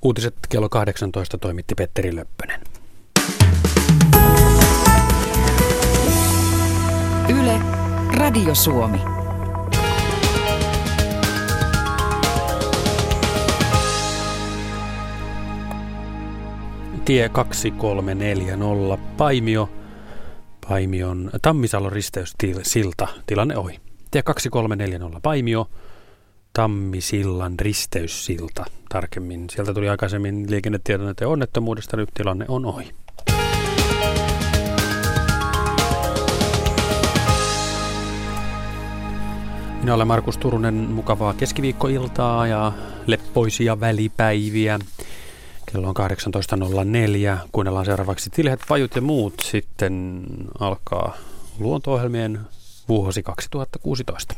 Uutiset kello 18 toimitti Petteri Löppönen. Yle, Radio Suomi. Tie 2340 Paimion Tammisalon risteyssilta. Tilanne ohi. Tie 2340 Paimio. Tammisillan risteyssilta. Tarkemmin. Sieltä tuli aikaisemmin liikennetiedonanto onnettomuudesta. Nyt tilanne on ohi. Minä olen Markus Turunen. Mukavaa keskiviikkoiltaa ja leppoisia välipäiviä. Kello on 18.04. Kuunnellaan seuraavaksi Tilhet, pajut ja muut. Sitten alkaa luonto-ohjelmien vuosi 2016.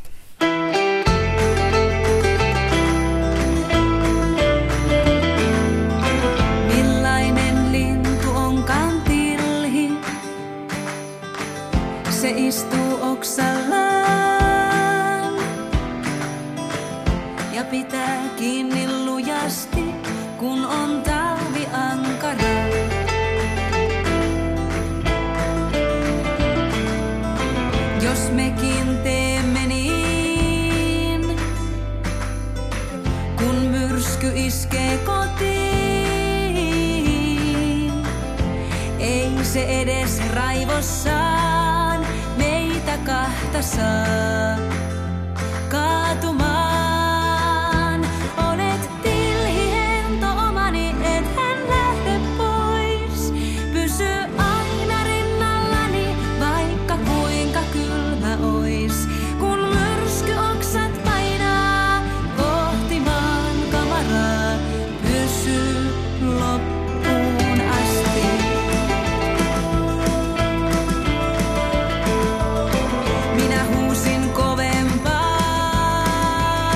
Millainen lintu onkaan tilhi? Se istuu oksallaan ja pitää kiinni lujasti, kun on talvi ankara. Jos mekin teemme niin, kun myrsky iskee kotiin, ei se edes raivossaan meitä kahta saa kaatumaan. Olet tilhihento omani, et hän lähde pois. Pysy aina rinnallani, vaikka kuinka kylmä ois. Kun myrskyoksat painaa kohti maan kamaraa, pysy loppuun asti. Minä huusin kovempaa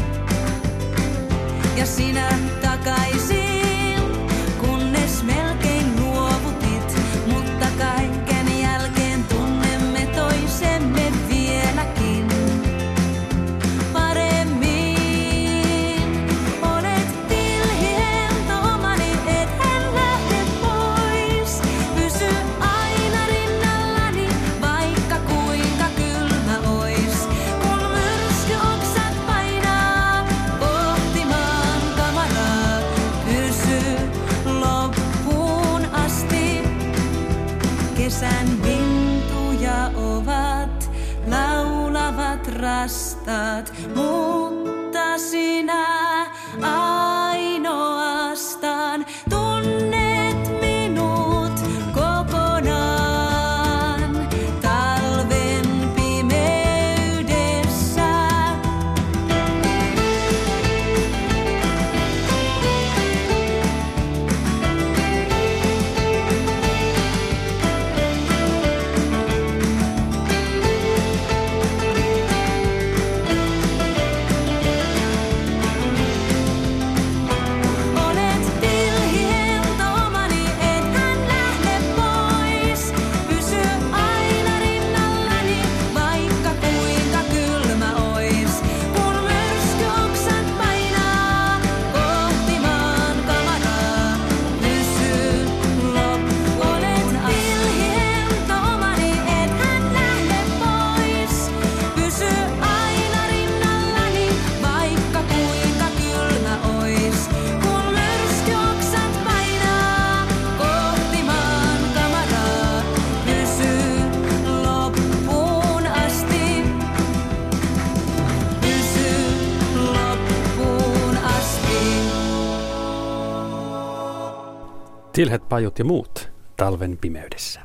ja sinä takaisin, kunnes melkein luovutit, mutta kaiken jälkeen tunnemme toisemme vieläkin paremmin. Olet tilhihento omani, et hän lähde pois. Pysy aina rinnallani, vaikka kuinka kylmä ois. Kun myrskyoksat painaa kohti maan kamaraa, pysy loppuun asti. Kesän lintuja ovat laulavat rastaat, mutta sinä ainoastaan tunnet minut kokonaan talven pimeydessä. Olet tilhihento omani, et hän lähde pois. Pysy aina rinnallani, vaikka kuinka kylmä ois. Kun myrskyoksat painaa kohti maan kamaraa, pysy loppuun. Olet tilhihento omani, et hän lähde pois. Pysy aina rinnallani, vaikka kuinka kylmä ois. Kun myrskyoksat painaa kohti maan kamaraa, pysy loppuun asti. Pysy loppuun asti. Tilhet, pajut ja muut talven pimeydessä.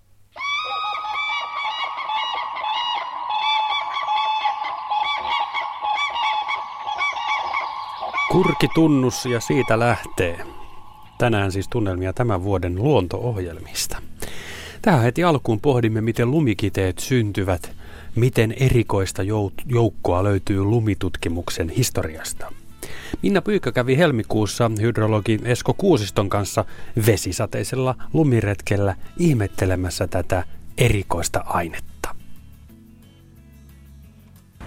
Kurkitunnus ja siitä lähtee. Tänään siis tunnelmia tämän vuoden luonto-ohjelmista. Tähän heti alkuun pohdimme, miten lumikiteet syntyvät, miten erikoista joukkoa löytyy lumitutkimuksen historiasta. Minna Pyykkö kävi helmikuussa hydrologi Esko Kuusiston kanssa vesisateisella lumiretkellä ihmettelemässä tätä erikoista ainetta.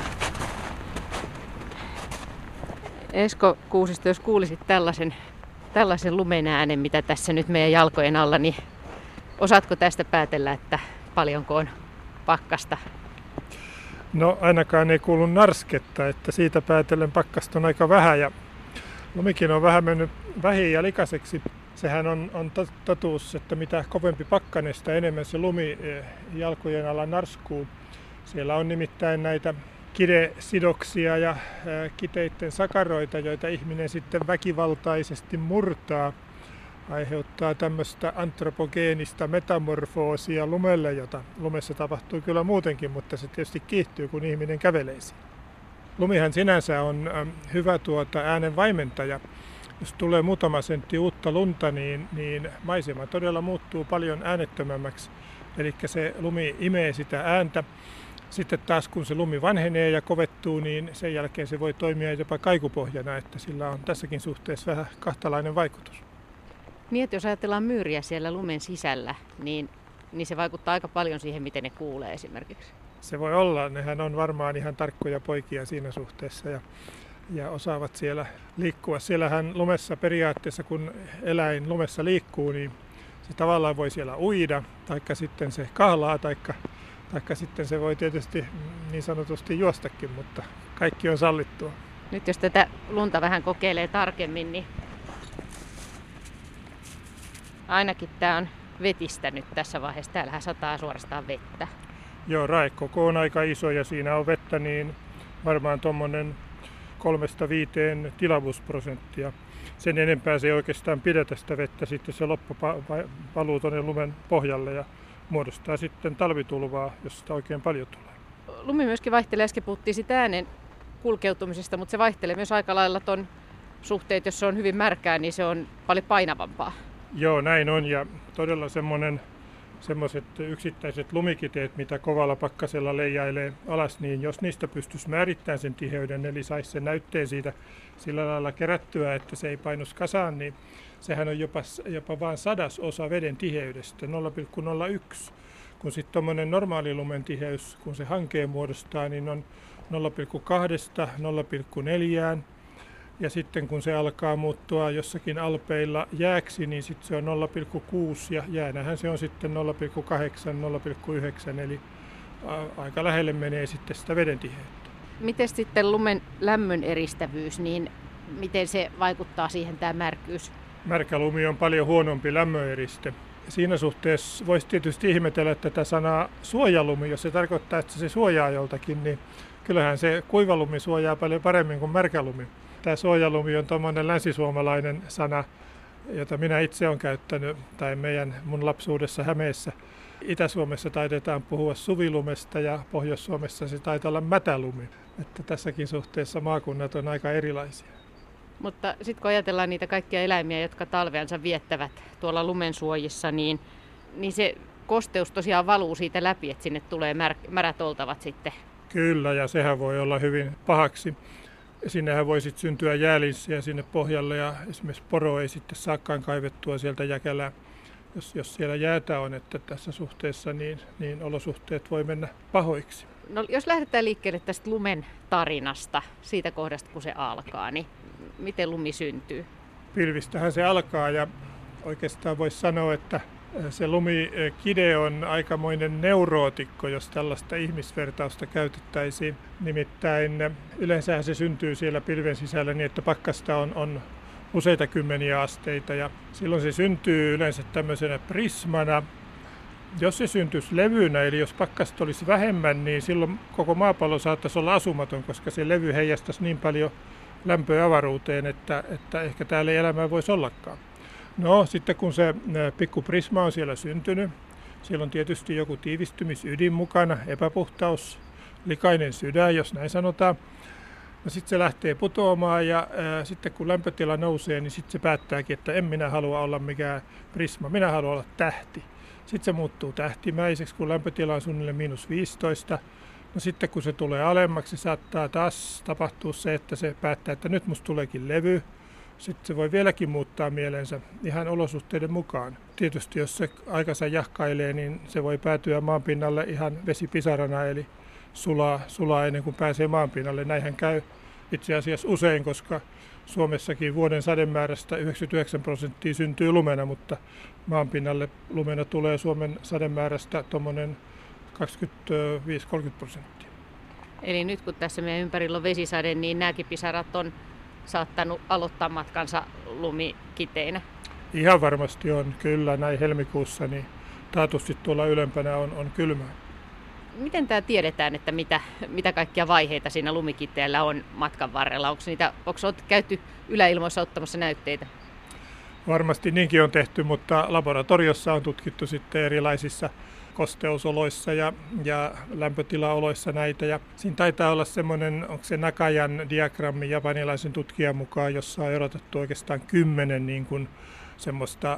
Esko Kuusisto, jos kuulisit tällaisen tällaisen lumen äänen, mitä tässä nyt meidän jalkojen alla, niin osaatko tästä päätellä, että paljonko on pakkasta? No ainakaan ei kuulu narsketta, että siitä päätellen pakkasta on aika vähän ja lumikin on vähän mennyt vähin ja likaiseksi. Sehän on totuus, että mitä kovempi pakkanen, sitä enemmän se lumi jalkojen alla narskuu. Siellä on nimittäin näitä kidesidoksia ja kiteiden sakaroita, joita ihminen sitten väkivaltaisesti murtaa. Aiheuttaa tämmöistä antropogeenista metamorfoosia lumelle, jota lumessa tapahtuu kyllä muutenkin, mutta se tietysti kiihtyy, kun ihminen kävelee siinä. Lumihan sinänsä on hyvä äänen vaimentaja. Jos tulee muutama sentti uutta lunta, niin maisema todella muuttuu paljon äänettömämmäksi. Eli se lumi imee sitä ääntä. Sitten taas kun se lumi vanhenee ja kovettuu, niin sen jälkeen se voi toimia jopa kaikupohjana, että sillä on tässäkin suhteessa vähän kahtalainen vaikutus. Mieti, jos ajatellaan myyriä siellä lumen sisällä, niin se vaikuttaa aika paljon siihen, miten ne kuulee esimerkiksi. Se voi olla. Nehän on varmaan ihan tarkkoja poikia siinä suhteessa ja osaavat siellä liikkua. Siellähän lumessa periaatteessa, kun eläin lumessa liikkuu, niin se tavallaan voi siellä uida, taikka sitten se kahlaa, taikka sitten se voi tietysti niin sanotusti juostakin, mutta kaikki on sallittua. Nyt jos tätä lunta vähän kokeilee tarkemmin, niin ainakin tämä on vetistänyt tässä vaiheessa. Täällähän sataa suorastaan vettä. Joo, raekoko on aika iso ja siinä on vettä niin varmaan tuommoinen 3-5 tilavuusprosenttia. Sen enempää se ei oikeastaan pidetä sitä vettä, sitten se loppu valuu tuonne lumen pohjalle ja muodostaa sitten talvitulvaa, jos sitä oikein paljon tulee. Lumi myöskin vaihtelee, äsken puhuttiin sitä äänen kulkeutumisesta, mutta se vaihtelee myös aika lailla ton suhteet, jos se on hyvin märkää, niin se on paljon painavampaa. Joo, näin on ja todella semmoiset yksittäiset lumikiteet, mitä kovalla pakkasella leijailee alas, niin jos niistä pystyisi määrittämään sen tiheyden, eli saisi sen näytteen siitä sillä lailla kerättyä, että se ei painus kasaan, niin sehän on jopa vain 100% veden tiheydestä, 0,01. Kun sitten tuommoinen normaali lumen tiheys, kun se hankeen muodostaa, niin on 0,2–0,4. Ja sitten kun se alkaa muuttua jossakin alpeilla jääksi, niin sitten se on 0,6 ja jäänähän se on sitten 0,8–0,9, eli aika lähelle menee sitten sitä veden tiheyttä. Miten sitten lumen lämmön eristävyys, niin miten se vaikuttaa siihen tämä märkyys? Märkä lumi on paljon huonompi lämmöeriste. Siinä suhteessa voisi tietysti ihmetellä tätä sanaa suojalumi, jos se tarkoittaa, että se suojaa joltakin, niin kyllähän se kuivalumi suojaa paljon paremmin kuin märkälumi. Tämä suojalumi on tuommoinen länsisuomalainen sana, jota minä itse olen käyttänyt, tai mun lapsuudessa Hämeessä. Itä-Suomessa taidetaan puhua suvilumesta ja Pohjois-Suomessa se taitaa olla mätälumi. Että tässäkin suhteessa maakunnat on aika erilaisia. Mutta sitten kun ajatellaan niitä kaikkia eläimiä, jotka talveansa viettävät tuolla lumensuojissa, niin se kosteus tosiaan valuu siitä läpi, että sinne tulee märät oltavat sitten. Kyllä, ja sehän voi olla hyvin pahaksi. Sinnehän voi sitten syntyä jäälinssiä sinne pohjalle ja esimerkiksi poro ei sitten saakaan kaivettua sieltä jäkälää. Jos siellä jäätä on, että tässä suhteessa, niin olosuhteet voi mennä pahoiksi. No, jos lähdetään liikkeelle tästä lumen tarinasta, siitä kohdasta kun se alkaa, niin miten lumi syntyy? Pilvistähän se alkaa ja oikeastaan voisi sanoa, että se lumikide on aikamoinen neurootikko, jos tällaista ihmisvertausta käytettäisiin. Nimittäin yleensä se syntyy siellä pilven sisällä niin, että pakkasta on useita kymmeniä asteita ja silloin se syntyy yleensä tämmöisenä prismana. Jos se syntyisi levynä, eli jos pakkasta olisi vähemmän, niin silloin koko maapallo saattaisi olla asumaton, koska se levy heijastaisi niin paljon lämpöä avaruuteen, että ehkä täällä ei elämää voisi ollakaan. No sitten kun se pikku prisma on siellä syntynyt, siellä on tietysti joku tiivistymisydin mukana, epäpuhtaus, likainen sydän, jos näin sanotaan. No sitten se lähtee putoamaan ja sitten kun lämpötila nousee, niin sitten se päättääkin, että en minä halua olla mikään prisma, minä haluan olla tähti. Sitten se muuttuu tähtimäiseksi, kun lämpötila on suunnilleen -15. No sitten kun se tulee alemmaksi, se saattaa taas tapahtua se, että se päättää, että nyt musta tuleekin levy. Sitten se voi vieläkin muuttaa mielensä ihan olosuhteiden mukaan. Tietysti jos se aikansa jahkailee, niin se voi päätyä maanpinnalle ihan vesipisarana, eli sulaa ennen kuin pääsee maanpinnalle. Näinhän käy itse asiassa usein, koska Suomessakin vuoden sademäärästä 99% syntyy lumena, mutta maanpinnalle lumena tulee Suomen sademäärästä tuommoinen 25-30%. Eli nyt kun tässä meidän ympärillä on vesisade, niin nämäkin pisarat on saattanut aloittaa matkansa lumikiteinä. Ihan varmasti on, kyllä. Näin helmikuussa niin taatusti tuolla ylempänä on kylmää. Miten tämä tiedetään, että mitä kaikkia vaiheita siinä lumikiteellä on matkan varrella? Onko käyty yläilmoissa ottamassa näytteitä? Varmasti niinkin on tehty, mutta laboratoriossa on tutkittu sitten erilaisissa kosteusoloissa ja lämpötilaoloissa näitä. Ja siinä taitaa olla semmoinen, onko se Nakajan diagrammi japanilaisen tutkijan mukaan, jossa on erotettu oikeastaan 10 niin kuin semmoista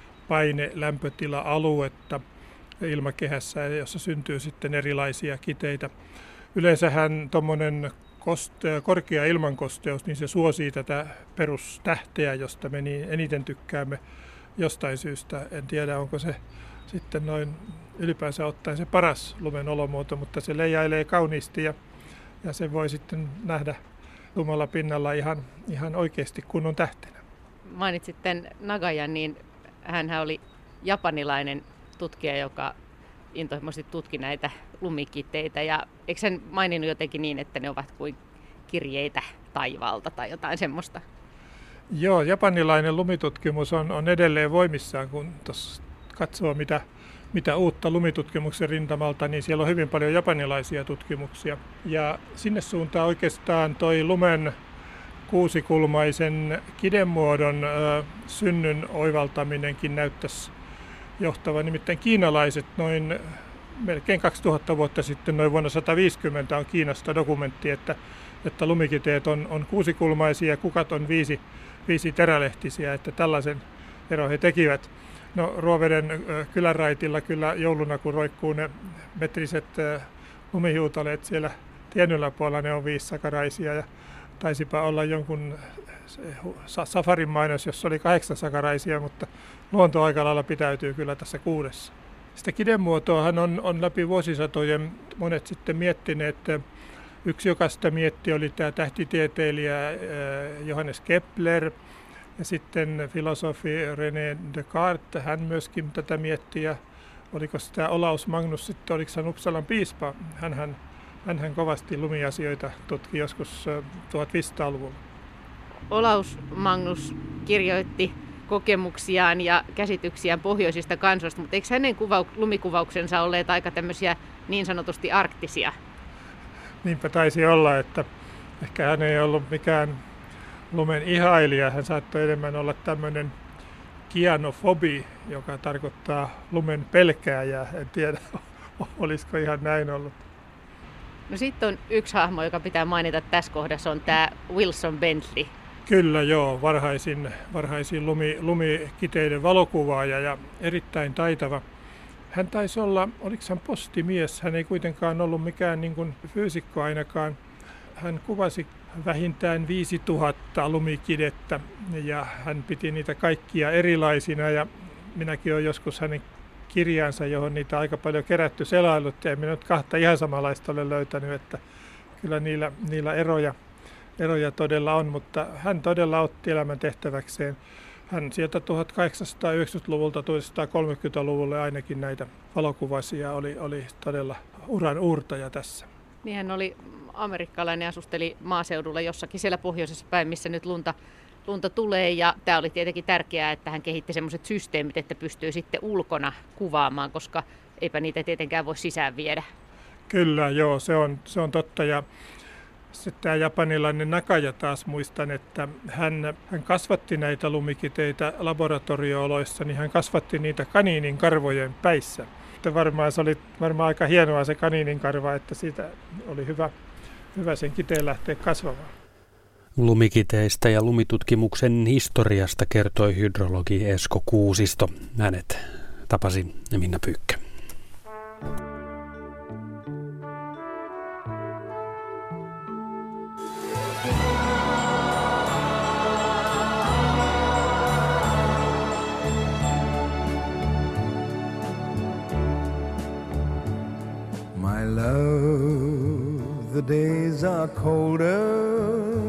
paine-lämpötila-aluetta ilmakehässä, jossa syntyy sitten erilaisia kiteitä. Yleensähän tuommoinen korkea ilmankosteus, niin se suosii tätä perustähteä, josta me niin eniten tykkäämme jostain syystä. En tiedä, onko se sitten noin ylipäänsä ottaen se paras lumen olomuoto, mutta se leijailee kauniisti ja se voi sitten nähdä lumalla pinnalla ihan oikeasti kunnon tähtenä. Mainitsit tämän Nagajan, niin hänhän oli japanilainen tutkija, joka intohimoisesti tutki näitä lumikiteitä. Ja eikö hän maininnut jotenkin niin, että ne ovat kuin kirjeitä taivaalta tai jotain semmoista? Joo, japanilainen lumitutkimus on edelleen voimissaan, kun tuossa katsoo mitä uutta lumitutkimuksen rintamalta, niin siellä on hyvin paljon japanilaisia tutkimuksia. Ja sinne suuntaan oikeastaan toi lumen kuusikulmaisen kidemuodon synnyn oivaltaminenkin näyttäisi johtava. Nimittäin kiinalaiset noin melkein 2000 vuotta sitten, noin vuonna 150 on Kiinasta dokumentti, että lumikiteet on kuusikulmaisia ja kukat on viisi terälehtisiä, että tällaisen eron he tekivät. No Ruoveden kylänraitilla kyllä jouluna, kun roikkuu ne metriset lumihiutaleet siellä tien yläpuolella, ne on 5-sakaraisia ja taisipa olla jonkun safarin mainos, jossa oli 8-sakaraisia, mutta luonto aika lailla pitäytyy kyllä tässä 6. Sitä kidemuotoahan on läpi vuosisatojen monet sitten miettineet. Yksi, joka sitä mietti, oli tämä tähtitieteilijä Johannes Kepler ja sitten filosofi René Descartes, hän myöskin tätä mietti ja oliko sitä Olaus Magnus sitten, oliko hän Uppsalan piispa, hänhän kovasti lumiasioita tutki joskus 1500-luvulla. Olaus Magnus kirjoitti kokemuksiaan ja käsityksiään pohjoisista kansoista, mutta eikö hänen lumikuvauksensa olleet aika tämmöisiä niin sanotusti arktisia? Niinpä taisi olla, että ehkä hän ei ollut mikään lumen ihailija. Hän saattoi enemmän olla tämmöinen kianofobi, joka tarkoittaa lumen pelkääjää. En tiedä, olisiko ihan näin ollut. No sitten on yksi hahmo, joka pitää mainita tässä kohdassa, on tämä Wilson Bentley. Kyllä joo, varhaisin lumikiteiden valokuvaaja ja erittäin taitava. Hän taisi olla, oliko hän postimies, hän ei kuitenkaan ollut mikään niin kuin fyysikko ainakaan. Hän kuvasi vähintään 5000 lumikidettä ja hän piti niitä kaikkia erilaisina ja minäkin olen joskus hänen kirjaansa, johon niitä aika paljon kerätty selailut ja en minä nyt kahta ihan samanlaista ole löytänyt, että kyllä niillä eroja todella on, mutta hän todella otti elämän tehtäväkseen. Hän sieltä 1890-luvulta 1930-luvulle ainakin näitä valokuvaisia oli todella uran uurtaja tässä. Niin hän oli amerikkalainen ja asusteli maaseudulla jossakin siellä pohjoisessa päin, missä nyt lunta tulee. Ja tämä oli tietenkin tärkeää, että hän kehitti sellaiset systeemit, että pystyy sitten ulkona kuvaamaan, koska eipä niitä tietenkään voi sisään viedä. Kyllä, joo, se on totta. Ja sitten tämä japanilainen Nakaja taas muistan, että hän kasvatti näitä lumikiteitä laboratorio-oloissa, niin hän kasvatti niitä kaniinin karvojen päissä. Se oli varmaan aika hienoa se kaniinin karva, että siitä oli hyvä sen kiteen lähteä kasvamaan. Lumikiteistä ja lumitutkimuksen historiasta kertoi hydrologi Esko Kuusisto. Hänet tapasi Minna Pyykkä. My love, the days are colder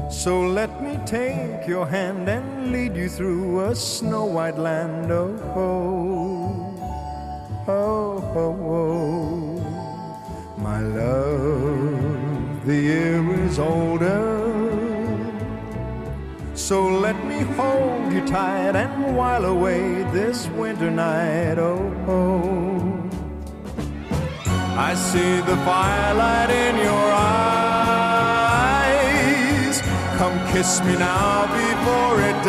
So let me take your hand and lead you through a snow-white land. Oh, oh, oh, oh, oh. My love, the year is older, so let me hold you tight and while away this winter night. Oh, oh. I see the firelight in your eyes. Come kiss me now before it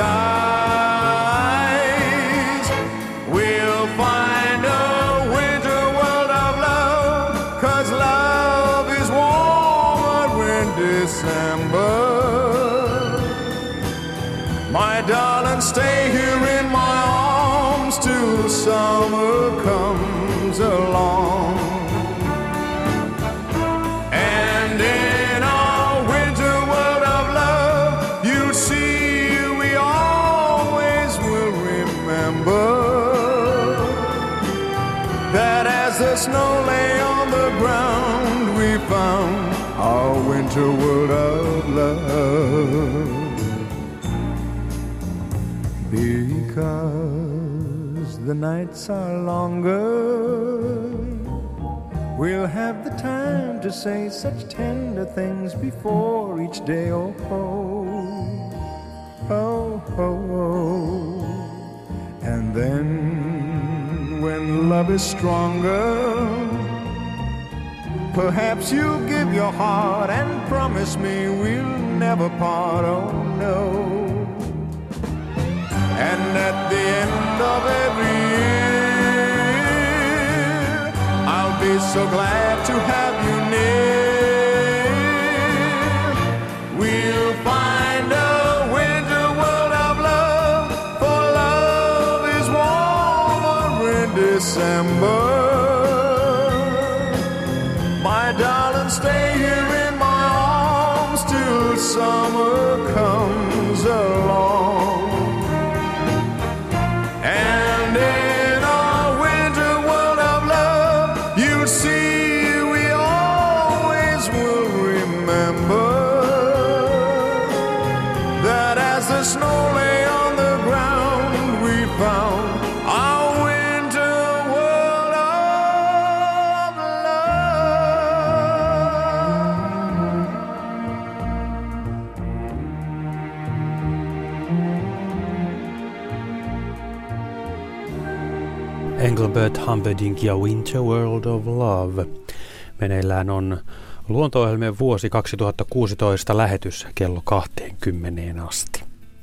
dies. We'll find a winter world of love, 'cause love is warmer in December. My darling, stay here in my arms till summer comes along. And in our winter world of love, you'll see we always will remember that as the snow lay on the ground, we found our winter world of love. Because the nights are longer, we'll have the time to say such tender things before each day. Oh, oh, oh, oh, oh. And then when love is stronger, perhaps you'll give your heart and promise me we'll never part. Oh, no. And at the end of every year, I'll be so glad to have you near. We'll find a winter world of love, for love is warmer in December. My darling, stay here in my arms till summer comes along. And in our winter world of love, you'll see we always will remember that as the snow lay on the ground, we found our winter world of Engelbert Humperdinck ja Winter World of Love. Meneillään on luonto-ohjelmien vuosi 2016 lähetys kello 20 asti.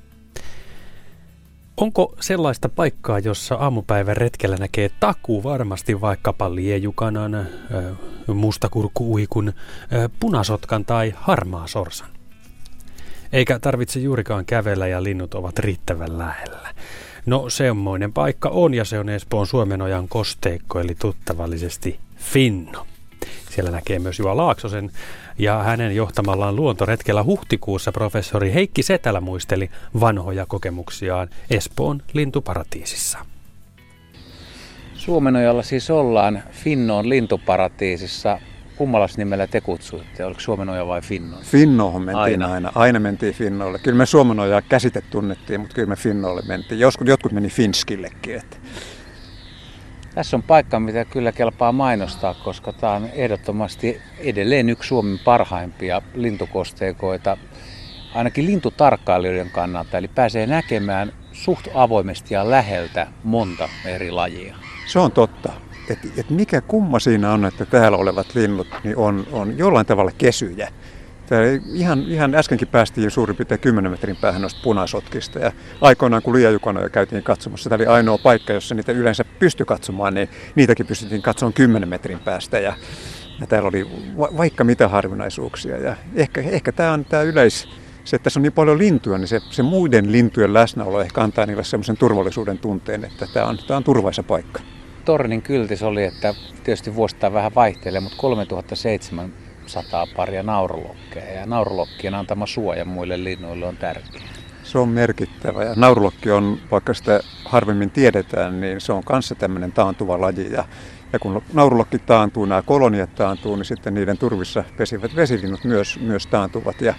Onko sellaista paikkaa, jossa aamupäivän retkellä näkee takuu varmasti vaikkapa liejukanan, mustakurkku-uikun, punasotkan tai harmaasorsan? Eikä tarvitse juurikaan kävellä ja linnut ovat riittävän lähellä. No semmoinen paikka on, ja se on Espoon Suomenojan kosteikko, eli tuttavallisesti Finno. Siellä näkee myös Juha Laaksosen, ja hänen johtamallaan luontoretkellä huhtikuussa professori Heikki Setälä muisteli vanhoja kokemuksiaan Espoon lintuparatiisissa. Suomenojalla siis ollaan Finnoon lintuparatiisissa. Kummallas nimellä te kutsuitte? Oliko Suomenoja vai Finno? Finnoon mentiin aina mentiin Finnolle. Kyllä me Suomenojaa käsite tunnettiin, mutta kyllä me Finnolle mentiin. Jotkut meni Finskillekin. Tässä on paikka, mitä kyllä kelpaa mainostaa, koska tämä on ehdottomasti edelleen yksi Suomen parhaimpia lintukosteikoita, ainakin lintutarkkailijoiden kannalta. Eli pääsee näkemään suht avoimesti ja läheltä monta eri lajia. Se on totta. Et mikä kumma siinä on, että täällä olevat linnut niin on jollain tavalla kesyjä. Ihan äskenkin päästiin suurin piirtein 10 metrin päähän noista punasotkista. Ja aikoinaan kun liejukanoja käytiin katsomassa, tämä oli ainoa paikka, jossa niitä yleensä pystyi katsomaan, niin niitäkin pystyttiin katsomaan 10 metrin päästä. Ja täällä oli vaikka mitä harvinaisuuksia. Ja ehkä tämä on tämä se, että tässä on niin paljon lintuja, niin se muiden lintujen läsnäolo ehkä antaa niille sellaisen turvallisuuden tunteen, että tämä on turvaisa paikka. Tornin kyltis oli, että tietysti vuosittain vähän vaihtelee, mutta 3700 paria naurulokkeja. Ja naurulokkien antama suoja muille linnuille on tärkeä. Se on merkittävä. Ja naurulokki on, vaikka sitä harvemmin tiedetään, niin se on kanssa tämmöinen taantuva laji. Ja kun naurulokki taantuu, nämä koloniat taantuu, niin sitten niiden turvissa pesivät vesilinnut myös taantuvat. Ja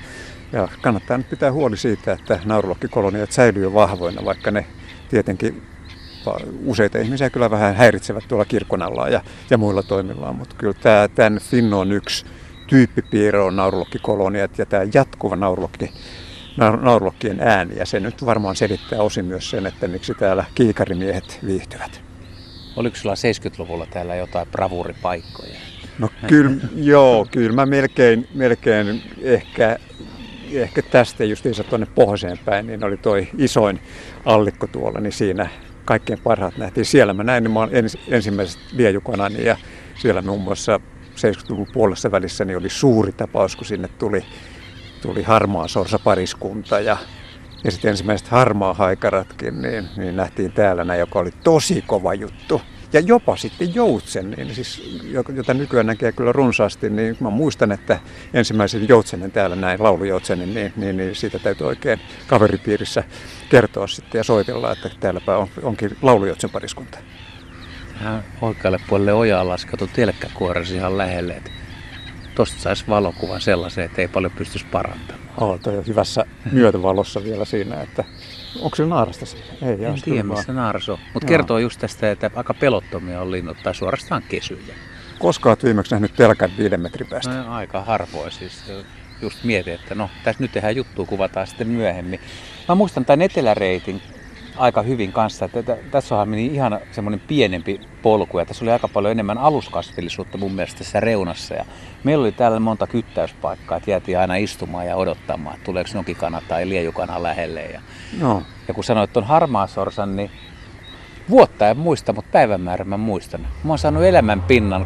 Ja kannattaa nyt pitää huoli siitä, että naurulokkikoloniat säilyy vahvoina, vaikka ne tietenkin useita ihmisiä kyllä vähän häiritsevät tuolla kirkon alla ja muilla toimillaan. Mutta kyllä tämän Finnon yksi tyyppipiirre on naurulokkikoloniat ja tämä jatkuva naurulokkien ääni. Ja se nyt varmaan selittää osin myös sen, että miksi täällä kiikarimiehet viihtyvät. Oliko sulla 70-luvulla täällä jotain bravuripaikkoja? No kyllä mä melkein ehkä tästä justiinsa tuonne pohjoiseen päin, niin oli toi isoin allikko tuolla, niin siinä kaikkein parhaat nähtiin. Siellä mä näin, niin mä olen ensimmäiset liejukanani ja siellä muun muassa 70-luvun puolessa välissä niin oli suuri tapaus, kun sinne tuli harmaasorsapariskunta ja sitten ensimmäiset harmaahaikaratkin, niin nähtiin täällä, joka oli tosi kova juttu. Ja jopa sitten joutsen, niin siis, jota nykyään näkee kyllä runsaasti, niin mä muistan, että ensimmäisen joutsenen täällä näin, laulujoutsenen, niin siitä täytyy oikein kaveripiirissä kertoa sitten ja soitella, että täälläpä onkin laulujoutsen pariskunta. Tähän oikealle puolelle ojaa laskettu telkkäkuoresi ihan lähelle, että tosta saisi valokuvan sellaisen, että ei paljon pystyisi parantamaan. Toi on hyvässä myötävalossa vielä siinä, että onko se naarasta siinä? Ei, en tiedä, missä naaras on. Mutta kertoo just tästä, että aika pelottomia on linnut tai suorastaan kesyjä. Koska olet viimeksi nähnyt telkän 5 metrin päästä? No, aika harvoin siis. Just mietin, että no tässä nyt tehdään juttua, kuvataan sitten myöhemmin. Mä muistan tämän eteläreitin aika hyvin kanssa, että tässä onhan meni ihan semmoinen pienempi polku ja tässä oli aika paljon enemmän aluskasvillisuutta mun mielestä tässä reunassa. Ja meillä oli täällä monta kyttäyspaikkaa, että jäätiin aina istumaan ja odottamaan, että tuleeko nokikana tai liejukana lähelle. Ja kun sanoit tuon harmaasorsan, niin vuotta en muista, mutta päivämäärän mä muistan. Mä oon saanut elämän pinnan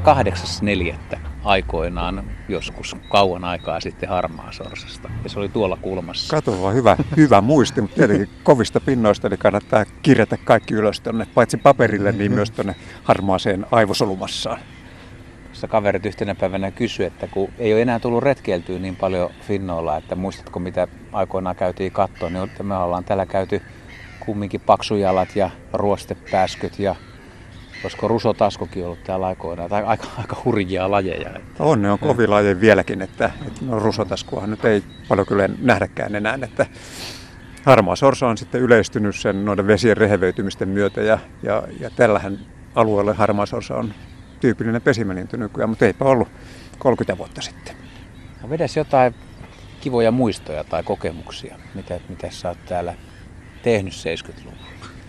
8.4. aikoinaan joskus kauan aikaa sitten harmaasorsasta. Ja se oli tuolla kulmassa. Kato vaan, hyvä muisti, mutta tietenkin kovista pinnoista niin kannattaa kirjata kaikki ylös tuonne, paitsi paperille, niin myös tuonne harmaaseen aivosolumassaan. Tuossa kaverit yhtenä päivänä kysyi, että kun ei ole enää tullut retkeiltyä niin paljon Finnoilla, että muistatko mitä aikoinaan käytiin kattoon, niin me ollaan täällä käyty kumminkin paksujalat ja ruostepääskyt ja olisiko rusotaskokin ollut täällä aikoinaan, tai aika hurjia lajeja. Ne on kovia lajeja vieläkin, että rusotaskuahan nyt ei paljon kyllä nähdäkään enää, että harmaasorsa on sitten yleistynyt sen noiden vesien rehevöitymisten myötä ja tällähän alueella harmaasorsa on tyypillinen pesimälintu nykyään, mutta eipä ollut 30 vuotta sitten. No vedäs jotain kivoja muistoja tai kokemuksia, mitä sä oot täällä tehnyt 70-luvulla?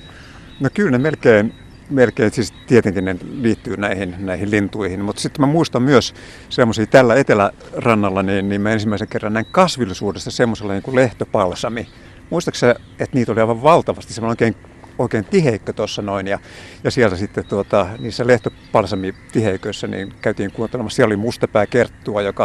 No kyllä ne melkein siis tietenkin ne liittyy näihin lintuihin, mutta sitten mä muistan myös semmoisia tällä etelärannalla, niin mä ensimmäisen kerran näin kasvillisuudesta semmoisella niin kuin lehtopalsami. Muistatko sä, että niitä oli aivan valtavasti, semmoinen oikein tiheikko tuossa noin ja siellä sitten niissä lehtopalsamitiheiköissä niin käytiin kuuntelemassa, siellä oli mustapääkerttua, joka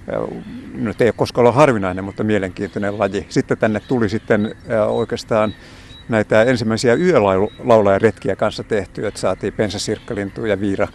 nyt ei ole koskaan ollut harvinainen, mutta mielenkiintoinen laji. Sitten tänne tuli sitten oikeastaan näitä ensimmäisiä yölaulajaretkiä kanssa tehtyä, että saatiin pensasirkkalintu ja viira,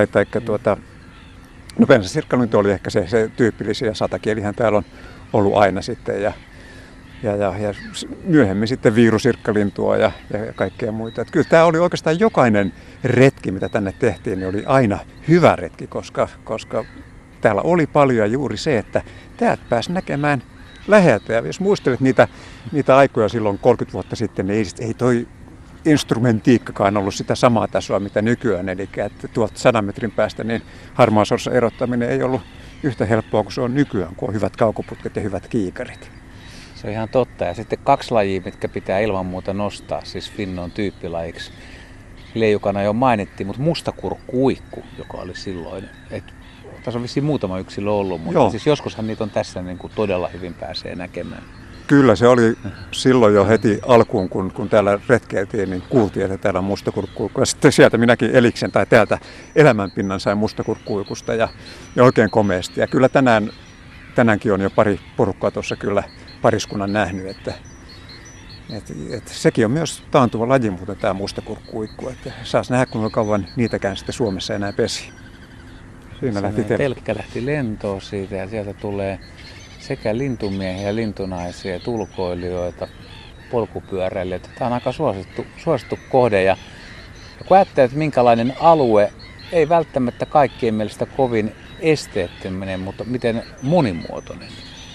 pensasirkkalintu oli ehkä se tyypillisin ja satakielihän täällä on ollut aina sitten ja myöhemmin sitten viirusirkkalintua ja kaikkea muita. Että kyllä tämä oli oikeastaan jokainen retki, mitä tänne tehtiin, niin oli aina hyvä retki, koska täällä oli paljon juuri se, että täältä pääsi näkemään läheltä. Ja jos muistelet niitä aikoja silloin 30 vuotta sitten, niin ei toi instrumentiikkakaan ollut sitä samaa tasoa, mitä nykyään. Eli että tuolta 100 metrin päästä niin harmaasorsan erottaminen ei ollut yhtä helppoa kuin se on nykyään, kun on hyvät kaukoputket ja hyvät kiikarit. Se on ihan totta. Ja sitten 2 lajia, mitkä pitää ilman muuta nostaa, siis Finnon tyyppilajiksi. Liejukana jo mainittiin, mutta mustakurkkuuikku, joka oli silloin. Tässä on vissiin muutama yksilö ollut, mutta siis joskushan niitä on tässä niin kuin todella hyvin pääsee näkemään. Kyllä se oli silloin jo heti alkuun, kun täällä retkeiltiin, niin kuultiin, että täällä on mustakurkkuuikku. Ja sitten sieltä minäkin eliksen tai täältä elämänpinnan sain mustakurkkuuikusta ja oikein komeasti. Ja kyllä tänäänkin on jo pari porukkaa tuossa kyllä pariskunnan nähnyt, että sekin on myös taantuva laji, mutta tämä mustakurkkuuikku. Että saas nähdä, kuinka kauan niitäkään sitten Suomessa enää pesi. Siinä telkkä lähti lentoon siitä ja sieltä tulee sekä lintumiehiä, lintunaisia, tulkoilijoita, polkupyöräilijöitä. Tämä on aika suosittu kohde ja kun ajattelee, että minkälainen alue, ei välttämättä kaikkien mielestä kovin esteettinen, mutta miten monimuotoinen.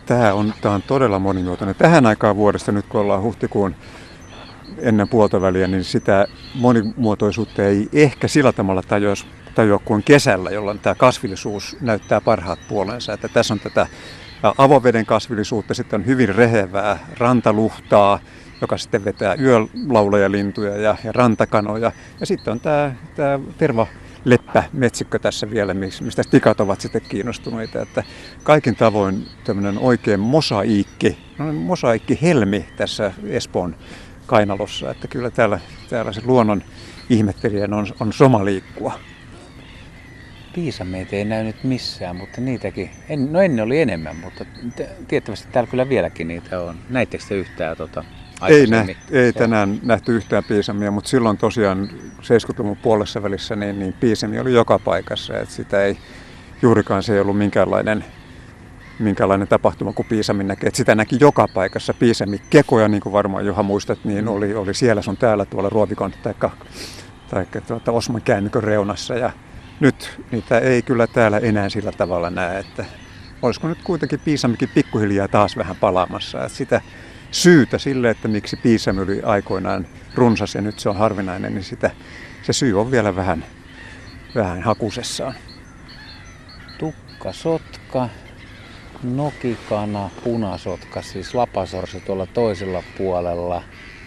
tämä on todella monimuotoinen. Tähän aikaan vuodesta, nyt kun ollaan huhtikuun ennen puoltaväliä, niin sitä monimuotoisuutta ei ehkä sillä tavalla tajua kuin kesällä, jolloin tämä kasvillisuus näyttää parhaat puolensa. Että tässä on tätä avoveden kasvillisuutta, sitten on hyvin rehevää rantaluhtaa, joka sitten vetää yölaulejalintuja ja rantakanoja. Ja sitten on tämä tervaleppämetsikkö tässä vielä, mistä tikat ovat sitten kiinnostuneita. Että kaikin tavoin tämmöinen oikein mosaikkihelmi tässä Espoon kainalossa. Että kyllä täällä se luonnon ihmettelijän on soma liikkua. Piisameita ei näy nyt missään, mutta niitäkin, ennen oli enemmän, mutta tiettävästi täällä kyllä vieläkin niitä on. Näittekö te yhtään Ei tänään nähty yhtään piisamia, mutta silloin tosiaan 70-luvun puolessa välissä niin piisamia oli joka paikassa. Että sitä ei juurikaan se ei ollut minkäänlainen tapahtuma, kun piisamin näkee. Että sitä näki joka paikassa. Piisamikekoja, niin kuin varmaan Juha muistat, niin oli siellä sun täällä tuolla Ruovikon tai Osman käännykön reunassa. Ja nyt niitä ei kyllä täällä enää sillä tavalla näe. Että olisiko nyt kuitenkin piisamikin pikkuhiljaa taas vähän palaamassa. Että sitä syytä sille, että miksi piisami oli aikoinaan runsas ja nyt se on harvinainen, niin se syy on vielä vähän hakusessaan. Tukkasotka, nokikana, punasotka, siis lapasorsa tuolla toisella puolella.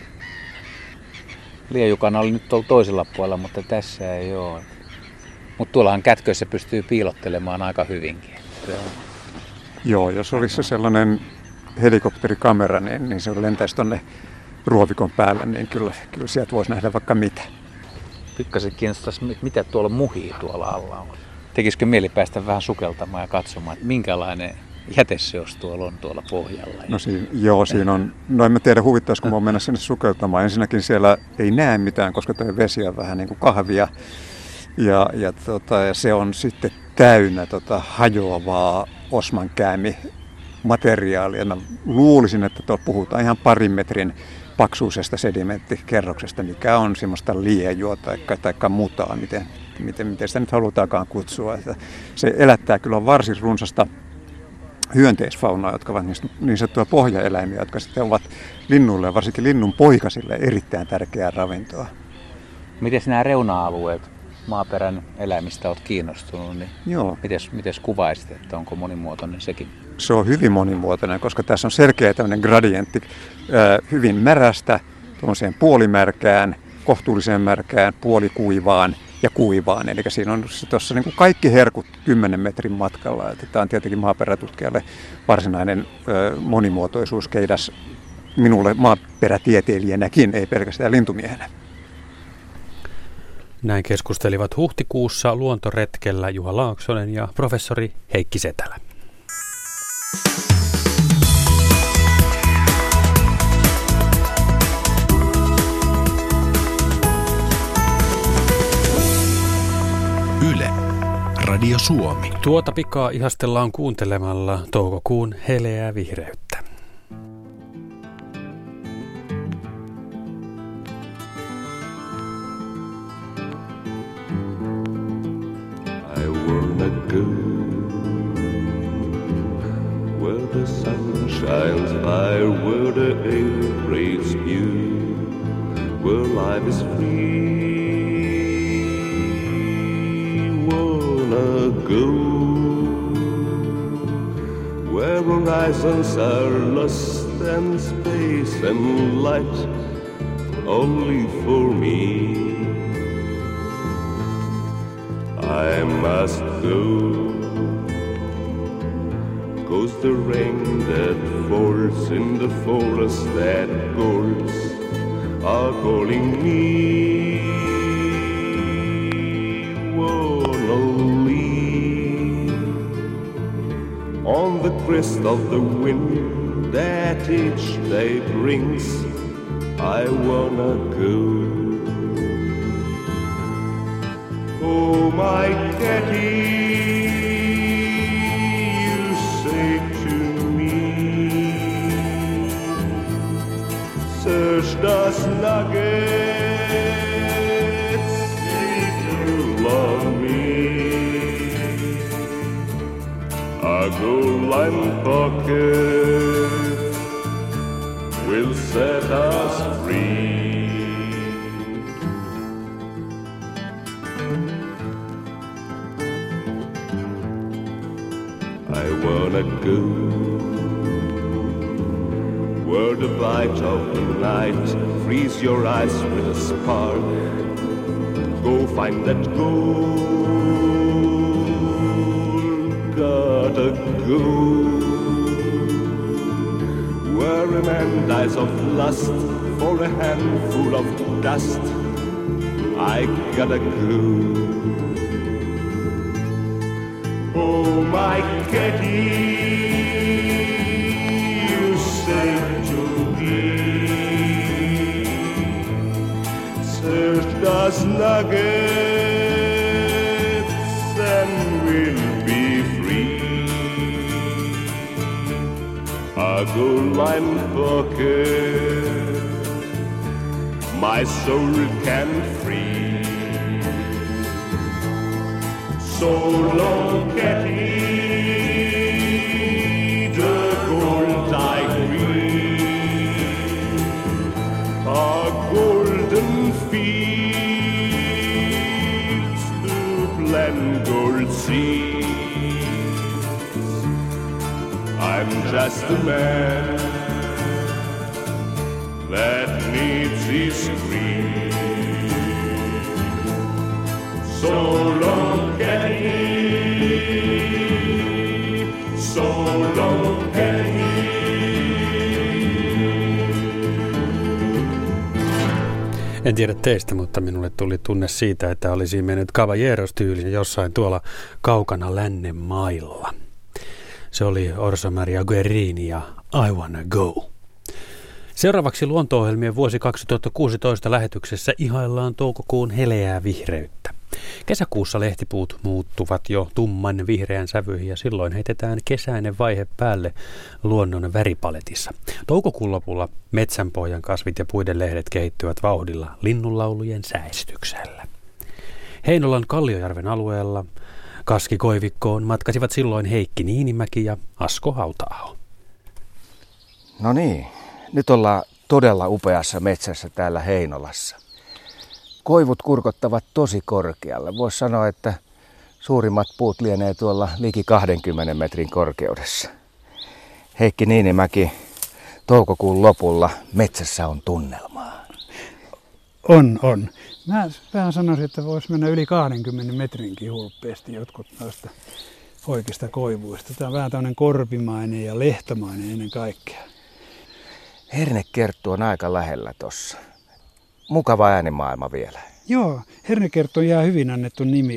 Liejukana oli nyt tuolla toisella puolella, mutta tässä ei ole. Mutta tuollahan kätköissä pystyy piilottelemaan aika hyvinkin. Joo, jos olisi se sellainen helikopterikamera, niin se lentäisi tuonne Ruovikon päälle, niin kyllä sieltä voisi nähdä vaikka mitä. Pikkasen kiinnostaisi, mitä tuolla muhii tuolla alla on. Tekisikö mieli päästä vähän sukeltamaan ja katsomaan, että minkälainen jäteseos tuolla on tuolla pohjalla? No siinä on. No en mä tiedä, huvittaisiko mä mennä sinne sukeltamaan. Ensinnäkin siellä ei näe mitään, koska tuo vesi on vähän niin kuin kahvia. Ja se on sitten täynnä hajoavaa osmankäämimateriaalia. Mä luulisin, että tuolla puhutaan ihan 2 metrin paksuisesta sedimenttikerroksesta, mikä on semmoista liejua tai mutaa, miten sitä nyt halutaankaan kutsua. Että se elättää kyllä varsin runsasta hyönteisfaunaa, jotka ovat niin sanottuja pohjaeläimiä, jotka sitten ovat linnuille ja varsinkin linnun poikasille erittäin tärkeää ravintoa. Miten nämä reuna-alueet maaperän eläimistä olet kiinnostunut, niin miten kuvaisit, että onko monimuotoinen sekin? Se on hyvin monimuotoinen, koska tässä on selkeä tämmöinen gradientti hyvin märästä tuollaiseen puolimärkään, kohtuulliseen märkään, puolikuivaan ja kuivaan. Eli siinä on tuossa niin kuin kaikki herkut 10 metrin matkalla. Tämä on tietenkin maaperätutkijalle varsinainen monimuotoisuuskeidas minulle maaperätieteilijänäkin, ei pelkästään lintumiehenä. Näin keskustelivat huhtikuussa luontoretkellä Juha Laaksonen ja professori Heikki Setälä. Yle, Radio Suomi. Tuota pikaa ihastellaan kuuntelemalla toukokuun heleää vihreyttä. I wanna go where the sun shines high, where the air breathes new, where life is free. Wanna go where horizons are lost and space and light only for me. I must go, 'cause the rain that falls in the forest that goes are calling me. Wanna leave on the crest of the wind that each day brings. I wanna go. Oh, my Caddy, you say to me, search the nuggets if you love me. A Aguline pocket will set us free. I wanna go where the light of the night freeze your eyes with a spark. Go find that gold, gotta go. Where a man dies of lust for a handful of dust, I gotta go. Oh my Kitty, you say to me, search us nuggets and we'll be free. A gold-lined pocket my soul can free. So long, Kitty, the gold I green, our golden fields to blend gold seeds. I'm just a man that needs his cream. So long, Kitty, so long, Kitty. En tiedä teistä, mutta minulle tuli tunne siitä, että olisi mennyt Caballeros-tyyliin jossain tuolla kaukana lännen mailla. Se oli Orso Maria Guerrini ja I Wanna Go. Seuraavaksi luonto-ohjelmien vuosi 2016 lähetyksessä ihaillaan toukokuun heleää vihreyttä. Kesäkuussa lehtipuut muuttuvat jo tumman vihreän sävyihin ja silloin heitetään kesäinen vaihe päälle luonnon väripaletissa. Toukokuun lopulla metsänpohjan kasvit ja puiden lehdet kehittyvät vauhdilla linnunlaulujen säestyksellä. Heinolan Kalliojärven alueella Kaskikoivikkoon matkasivat silloin Heikki Niinimäki ja Asko Hauta-aho. No niin, nyt ollaan todella upeassa metsässä täällä Heinolassa. Koivut kurkottavat tosi korkealle. Voisi sanoa, että suurimmat puut lienee tuolla liki 20 metrin korkeudessa. Heikki Niinimäki, toukokuun lopulla metsässä on tunnelmaa. On. Mä vähän sanoisin, että voisi mennä yli 20 metrinkin hulppeasti jotkut noista oikeista koivuista. Tämä on vähän tämmöinen korpimainen ja lehtomainen ennen kaikkea. Hernekerttu on aika lähellä tossa. Mukava äänimaailma vielä. Joo, hernekerttu jää hyvin annettu nimi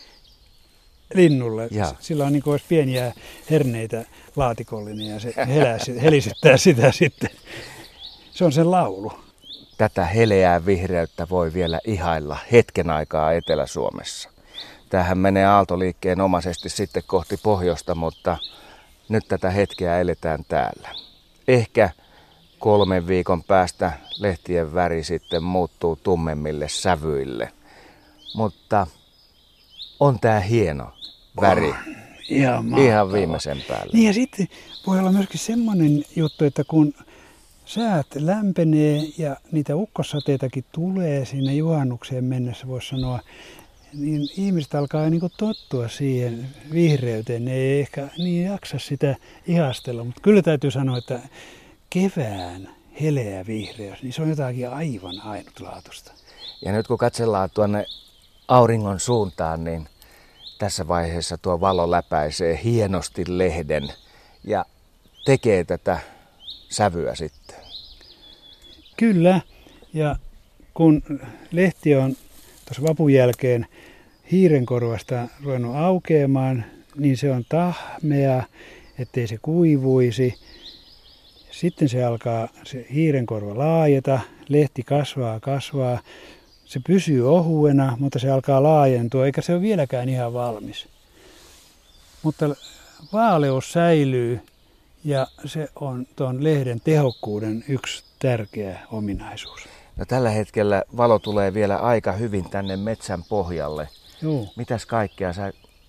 linnulle. Ja. Sillä on niin kuin olisi pieniä herneitä laatikollinen ja se helisyttää sitä sitten. Se on sen laulu. Tätä heleää vihreyttä voi vielä ihailla hetken aikaa Etelä-Suomessa. Tämähän menee aaltoliikkeen omaisesti sitten kohti pohjoista, mutta nyt tätä hetkeä eletään täällä. Ehkä 3 viikon päästä lehtien väri sitten muuttuu tummemmille sävyille. Mutta on tää hieno väri. Ihan viimeisen päälle. Niin ja sitten voi olla myöskin semmoinen juttu, että kun säät lämpenee ja niitä ukkossateitakin tulee sinne juhannukseen mennessä, voisi sanoa, niin ihmiset alkaa niin kuin tottua siihen vihreyteen. Ne ei ehkä niin jaksa sitä ihastella, mutta kyllä täytyy sanoa, että kevään heleä vihreys, niin se on jotakin aivan ainutlaatuista. Ja nyt kun katsellaan tuonne auringon suuntaan, niin tässä vaiheessa tuo valo läpäisee hienosti lehden ja tekee tätä sävyä sitten. Kyllä, ja kun lehti on tuossa vapun jälkeen hiirenkorvasta ruvennut aukeamaan, niin se on tahmea, ettei se kuivuisi. Sitten se alkaa se hiirenkorva laajeta, lehti kasvaa. Se pysyy ohuena, mutta se alkaa laajentua, eikä se ole vieläkään ihan valmis. Mutta vaaleus säilyy ja se on tuon lehden tehokkuuden yksi tärkeä ominaisuus. No tällä hetkellä valo tulee vielä aika hyvin tänne metsän pohjalle. Joo. Mitäs kaikkea sä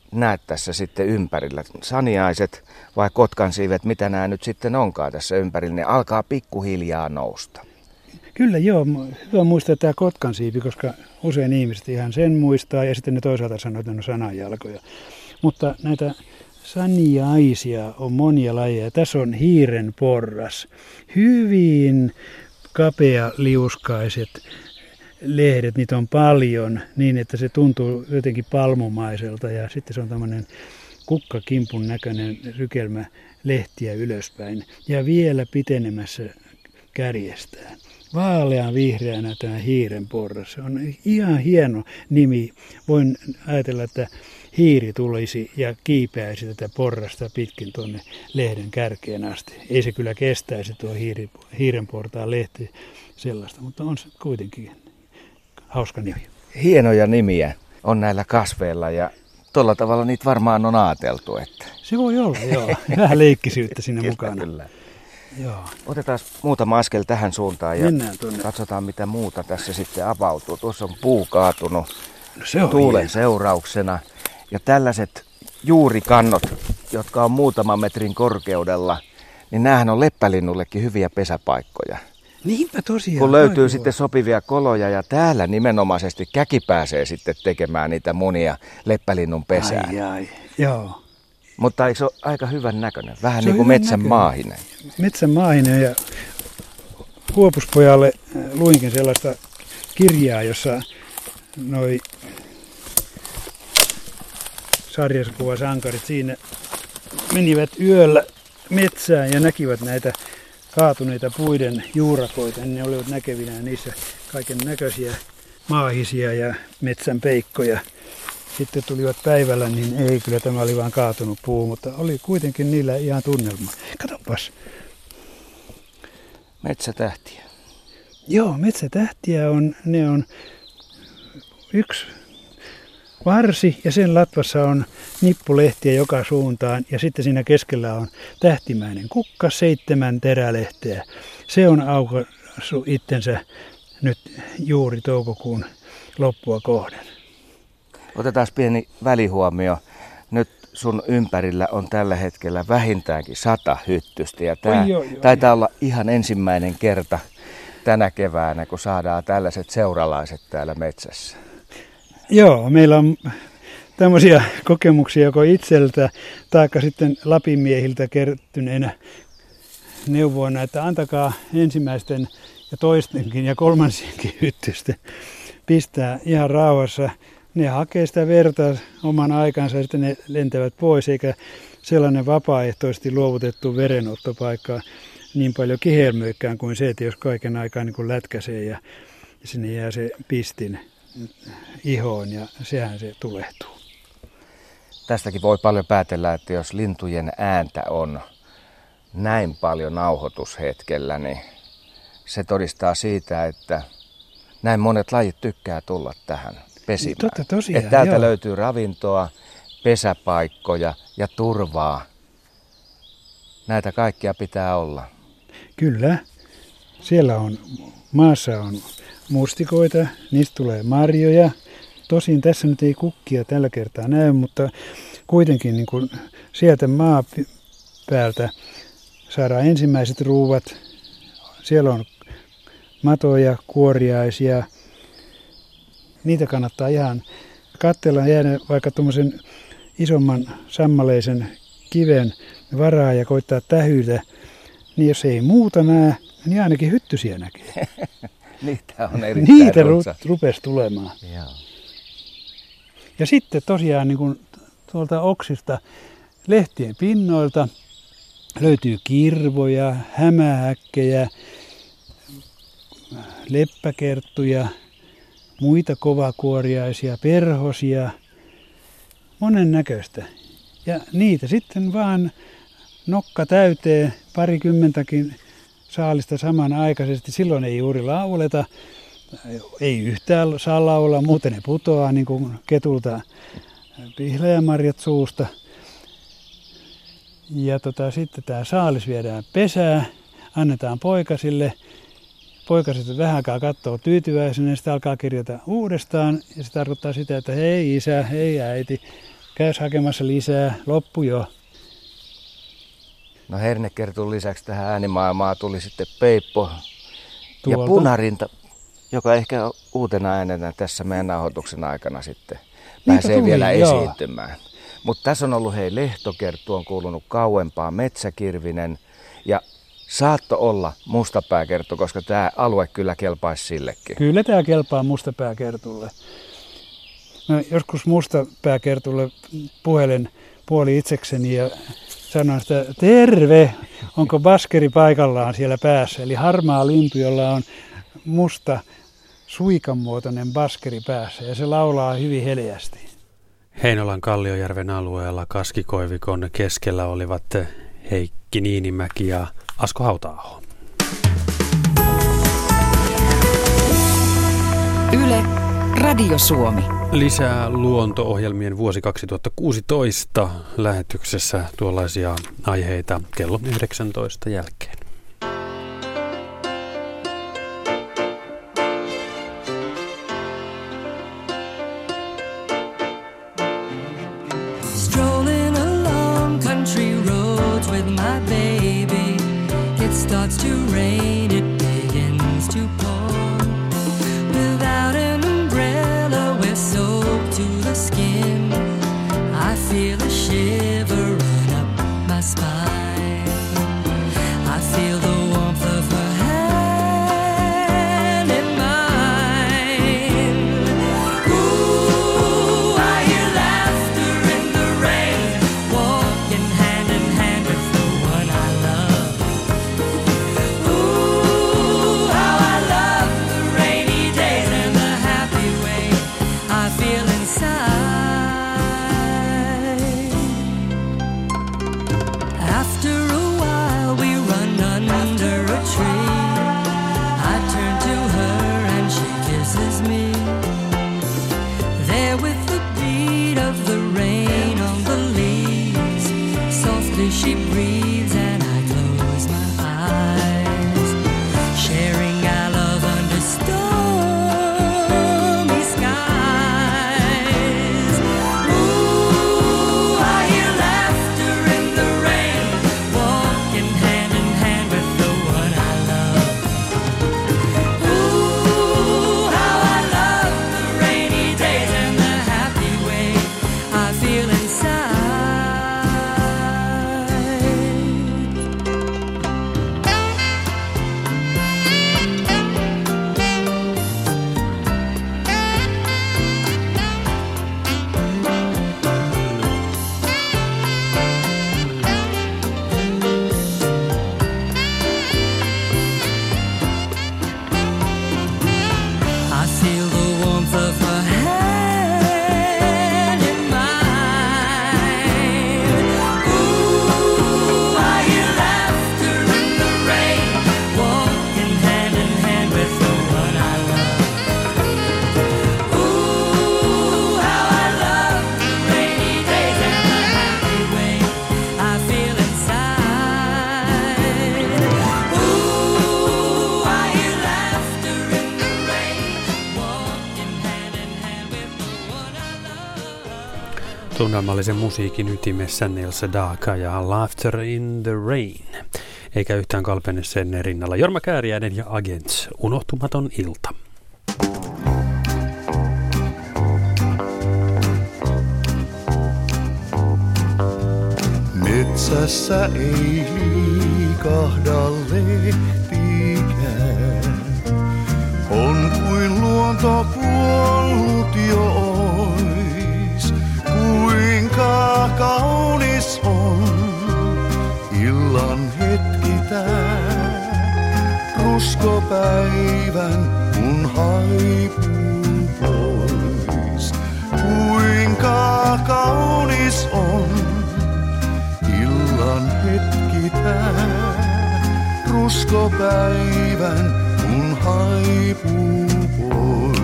näet tässä sitten ympärillä? Saniaiset vai kotkansiivet, mitä nämä nyt sitten onkaan tässä ympärillä, ne alkaa pikkuhiljaa nousta. Kyllä joo, hyvä muistaa tämä kotkansiipi, koska usein ihmiset ihan sen muistaa ja sitten ne toisaalta sanoo, että ne on sananjalkoja. Mutta näitä saniaisia on monia lajeja. Tässä on hiirenporras. Hyvin kapealiuskaiset lehdet, niitä on paljon niin, että se tuntuu jotenkin palmumaiselta ja sitten se on tämmöinen kukkakimpun näköinen rykelmä lehtiä ylöspäin ja vielä pitenemässä kärjestään. Vaalean vihreänä tämä hiirenporras. Se on ihan hieno nimi. Voin ajatella, että hiiri tulisi ja kiipeäisi tätä porrasta pitkin tuonne lehden kärkeen asti. Ei se kyllä kestäisi tuo hiirenportaan lehti sellaista, mutta on se kuitenkin hauska nimi. Hienoja nimiä on näillä kasveilla ja tuolla tavalla niitä varmaan on ajateltu. Että... Se voi olla, joo. Vähän leikkisyyttä sinne kyllä, mukana. Kyllä. Joo. Otetaan muutama askel tähän suuntaan ja katsotaan mitä muuta tässä sitten avautuu. Tuossa on puu kaatunut tuulen seurauksena ja tällaiset juurikannot, jotka on muutaman metrin korkeudella, niin näähän on leppälinnullekin hyviä pesäpaikkoja. Niinpä tosiaan. Kun löytyy sitten sopivia koloja ja täällä nimenomaisesti käki pääsee sitten tekemään niitä munia leppälinnun pesään. Joo. Mutta eikö se ole aika hyvän näköinen? Vähän niin kuin metsän maahinen. Metsän maahinen ja Huopuspojalle luinkin sellaista kirjaa, jossa noi sarjakuvasankarit siinä menivät yöllä metsään ja näkivät näitä kaatuneita puiden juurakoita. Ne olivat näkevinään niissä kaiken näköisiä maahisia ja metsän peikkoja. Sitten tulivat päivällä, niin ei, kyllä tämä oli vain kaatunut puu, mutta oli kuitenkin niillä ihan tunnelma. Katsopas. Metsätähtiä. Joo, metsätähtiä on, ne on yksi varsi ja sen latvassa on nippulehtiä joka suuntaan ja sitten siinä keskellä on tähtimäinen kukka, 7 terälehteä. Se on aukaissut itsensä nyt juuri toukokuun loppua kohden. Otetaan pieni välihuomio. Nyt sun ympärillä on tällä hetkellä vähintäänkin 100 hyttystä ja tämä taitaa olla ihan ensimmäinen kerta tänä keväänä, kun saadaan tällaiset seuralaiset täällä metsässä. Joo, meillä on tämmöisiä kokemuksia joko itseltä tai sitten Lapin miehiltä kertyneenä neuvoina, että antakaa ensimmäisten ja toistenkin ja kolmansienkin hyttysten pistää ihan rauhassa. Ne hakee sitä verta oman aikansa ja sitten ne lentävät pois, eikä sellainen vapaaehtoisesti luovutettu verenottopaikka niin paljon kihelmöikään kuin se, että jos kaiken aikaa niin kuin lätkäsee ja sinne jää se pistin ihoon ja sehän se tulehtuu. Tästäkin voi paljon päätellä, että jos lintujen ääntä on näin paljon nauhoitushetkellä, niin se todistaa siitä, että näin monet lajit tykkää tulla tähän pesimään. Totta tosiaan, että täältä löytyy ravintoa, pesäpaikkoja ja turvaa. Näitä kaikkia pitää olla. Kyllä. Siellä on, maassa on mustikoita, niistä tulee marjoja. Tosin tässä nyt ei kukkia tällä kertaa näy, mutta kuitenkin niin kuin sieltä maapäältä saadaan ensimmäiset ruuvat. Siellä on matoja, kuoriaisia. Niitä kannattaa ihan katsella ja jäädä vaikka tuommoisen isomman sammaleisen kiven varaa ja koittaa tähyillä. Niin jos ei muuta näe, niin ainakin hyttysiä näkee. Niitä on erittäin Niitä rupesi tulemaan. Joo. Ja sitten tosiaan niin kuin tuolta oksista lehtien pinnoilta löytyy kirvoja, hämähäkkejä, leppäkerttuja, muita kovakuoriaisia, perhosia, monennäköistä. Ja niitä sitten vaan nokka täyteen, 20kin saalista samanaikaisesti. Silloin ei juuri lauleta, ei yhtään saa laulaa, muuten ne putoaa niin kuin ketulta pihlajamarjat suusta. Ja sitten tämä saalis viedään pesään, annetaan poikasille. Poikaset vähän aikaa katsoo tyytyväisenä ja sitten alkaa kirjata uudestaan. Ja se tarkoittaa sitä, että hei isä, hei äiti, käys hakemassa lisää. Loppu jo. No hernekertun lisäksi tähän äänimaailmaan tuli sitten Peippo Tuolta. Ja Punarinta, joka ehkä uutena äänenä tässä meidän nauhoituksen aikana sitten pääsee vielä esiintymään. Mutta tässä on ollut Lehtokerttu, on kuulunut kauempaa Metsäkirvinen ja saatto olla Mustapääkerttu, koska tämä alue kyllä kelpaisi sillekin. Kyllä tämä kelpaa Mustapääkertulle. No, joskus Mustapääkertulle puhelen puoli itsekseni ja sanoin sitä, terve, onko baskeri paikallaan siellä päässä. Eli harmaa lintu, jolla on musta suikanmuotoinen baskeri päässä ja se laulaa hyvin heleästi. Heinolan Kalliojärven alueella kaskikoivikon keskellä olivat Heikki Niinimäki ja Asko Hauta-aho. Yle, Radio Suomi. Lisää luonto-ohjelmien vuosi 2016 lähetyksessä tuollaisia aiheita kello 19 jälkeen. Strolling along country roads with my baby. It starts to rain, it begins to pour. Without an umbrella, we're soaked to the skin. I feel a shiver run up my spine. I feel the warmth of her hand in mine. Ooh, I hear laughter in the rain, walking hand in hand with the one I love. Ooh, how I love the rainy days and the happy way I feel inside. After a while we run under a tree. I turn to her and she kisses me. There with the beat of the rain on the leaves, softly she breathes and I close my eyes, sharing our love under stormy skies. Ooh, I hear laughter in the rain, walking hand in hand with the one I love. Ooh, how I love the rainy days and the happy way I feel inside. I feel the warmth of her hand in mine. Ooh, I hear laughter in the rain, walking hand in hand with the one I love. Ooh, how I love the rainy days and the happy way I feel inside. Ooh, I hear laughter in the rain, walking hand in hand with the one I love. Tunnelmallisen musiikin ytimessä Neil Sedaka ja Laughter in the Rain. Eikä yhtään kalpene sen rinnalla. Jorma Kääriäinen ja Agents, unohtumaton ilta. Metsässä ei liikahda lehtikään, on kuin luonto kuollut jo ois. Kuinka kaunis on illan hetki tää, ruskopäivän kun haipuu pois. Kuinka kaunis on illan hetki tää, ruskopäivän kun haipuu pois.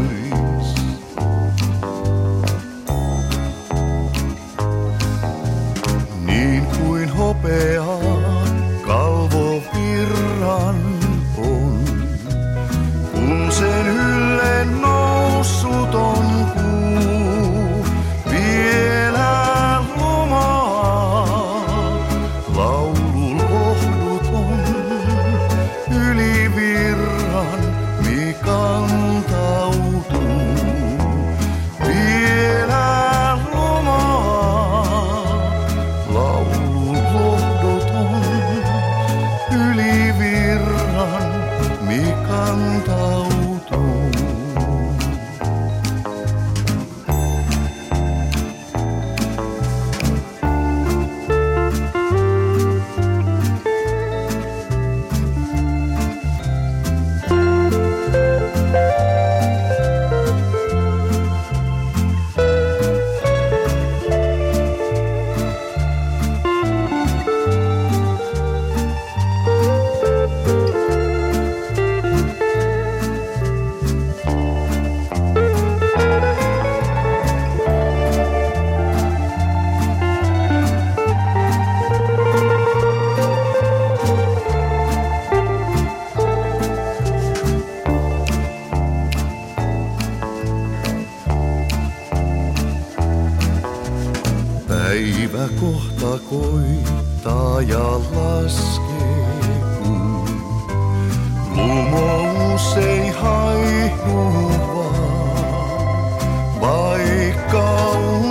Niin kuin hopeaa kalvovirran on, kun sen ylle noussut on kuu vielä kantautuu. Päivä kohta koittaa ja laskee, lumous ei haihdu vaan, vaikka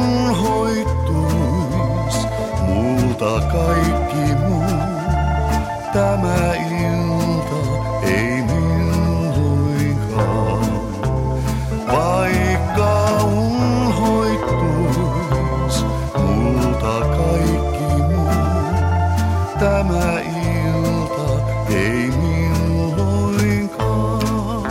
unhoittuis multa kaikki muu. Tämä ilta ei milloinkaan, vaikka unhoittuis multa kaikki muu. Tämä ilta ei milloinkaan.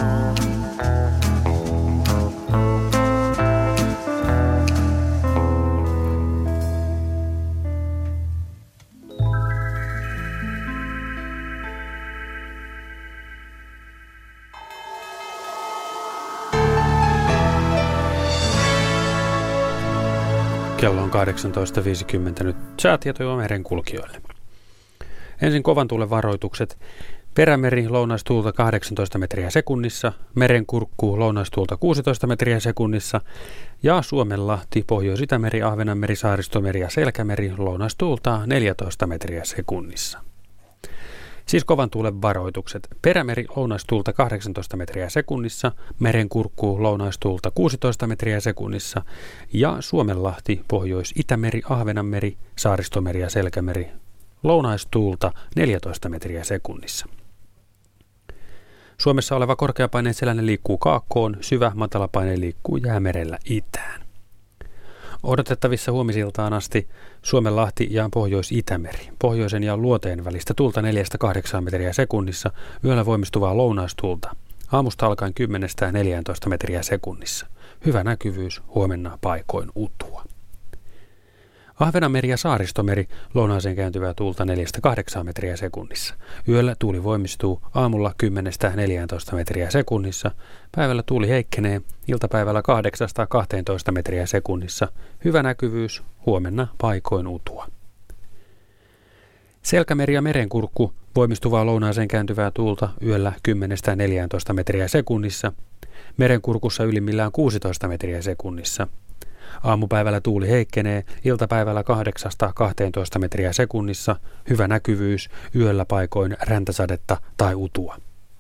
Kello on 18.50 nyt säätietoja merenkulkijoille. Ensin kovan tuulen varoitukset. Perämeri lounaistuulta 18 metriä sekunnissa, merenkurkku lounaistuulta 16 metriä sekunnissa ja Suomenlahti, Pohjois-Itämeri, Ahvenanmeri, Saaristomeri ja Selkämeri lounaistuulta 14 metriä sekunnissa. Siis kovan tuulen varoitukset. Perämeri lounaistuulta 18 metriä sekunnissa, merenkurkku lounaistuulta 16 metriä sekunnissa ja Suomenlahti, Pohjois-Itämeri, Ahvenanmeri, Saaristomeri ja Selkämeri lounaistuulta 14 metriä sekunnissa. Suomessa oleva korkeapaineen selänen liikkuu kaakkoon, syvä matalapaine liikkuu jäämerellä itään. Odotettavissa huomisiltaan asti Suomenlahti ja Pohjois-Itämeri. Pohjoisen ja luoteen välistä tuulta 4-8 metriä sekunnissa, yöllä voimistuvaa lounaistuulta. Aamusta alkaen 10-14 metriä sekunnissa. Hyvä näkyvyys, huomenna paikoin utua. Ahvenanmeri ja Saaristomeri lounaaseen kääntyvää tuulta 4-8 metriä sekunnissa. Yöllä tuuli voimistuu, aamulla 10-14 metriä sekunnissa. Päivällä tuuli heikkenee, iltapäivällä 8-12 metriä sekunnissa. Hyvä näkyvyys, huomenna paikoin utua. Selkämeri ja merenkurkku voimistuvaa lounaaseen kääntyvää tuulta yöllä 10-14 metriä sekunnissa. Merenkurkussa ylimmillään 16 metriä sekunnissa. Aamupäivällä tuuli heikkenee, iltapäivällä 8-12 metriä sekunnissa, hyvä näkyvyys, yöllä paikoin räntäsadetta tai utua.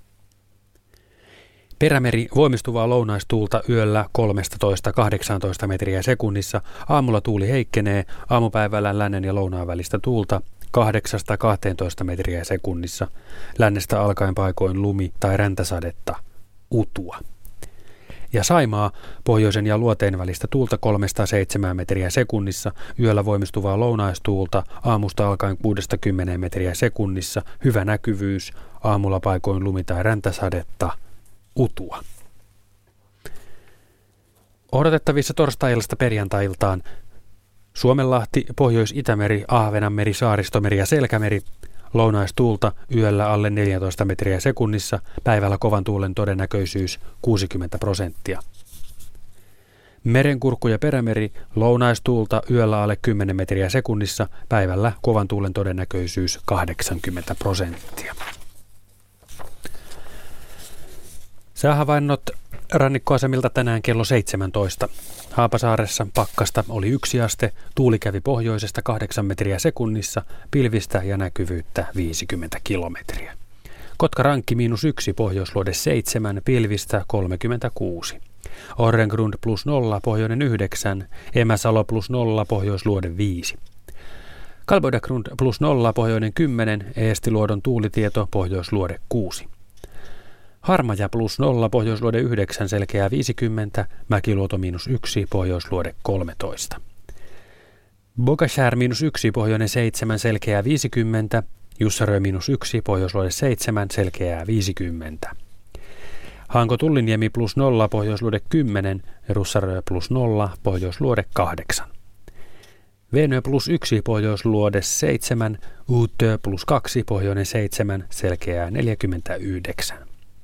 Perämeri voimistuvaa lounaistuulta yöllä 13-18 metriä sekunnissa, aamulla tuuli heikkenee, aamupäivällä lännen ja lounaan välistä tuulta 8-12 metriä sekunnissa, lännestä alkaen paikoin lumi tai räntäsadetta, utua. Ja Saimaa, pohjoisen ja luoteen välistä tuulta 3-7 metriä sekunnissa, yöllä voimistuvaa lounaistuulta, aamusta alkaen 6-10 metriä sekunnissa, hyvä näkyvyys, aamulla paikoin lumi tai räntäsadetta, utua. Odotettavissa torstai-illasta perjantai-iltaan Suomenlahti, Pohjois-Itämeri, Ahvenanmeri, Saaristomeri ja Selkämeri, lounaistuulta yöllä alle 14 metriä sekunnissa, päivällä kovan tuulen todennäköisyys 60%. Merenkurkku ja Perämeri, lounaistuulta yöllä alle 10 metriä sekunnissa, päivällä kovan tuulen todennäköisyys 80%. Säähavainnot rannikkoasemilta tänään kello 17. Haapasaaressa pakkasta oli 1 aste, tuuli kävi pohjoisesta 8 metriä sekunnissa, pilvistä ja näkyvyyttä 50 kilometriä. Kotka-Rankki -1, Pohjoisluode 7, pilvistä 36. Orrengrund +0, pohjoinen 9, Emäsalo +0, Pohjoisluode 5. Kalbodagrund +0, pohjoinen 10, Eestiluodon tuulitieto, Pohjoisluode 6. Harmaja +0, pohjoisluode 9, selkeää 50, Mäkiluoto -1, pohjoisluode 13. Bogashär -1, pohjoinen 7, selkeää 50, Jussarö -1, pohjoisluode 7, selkeää 50. Hanko Tulliniemi +0, pohjoisluode 10, Russarö +0, pohjoisluode 8. Venö +1, pohjoisluode 7, Uutö +2, pohjoinen 7, selkeää 49.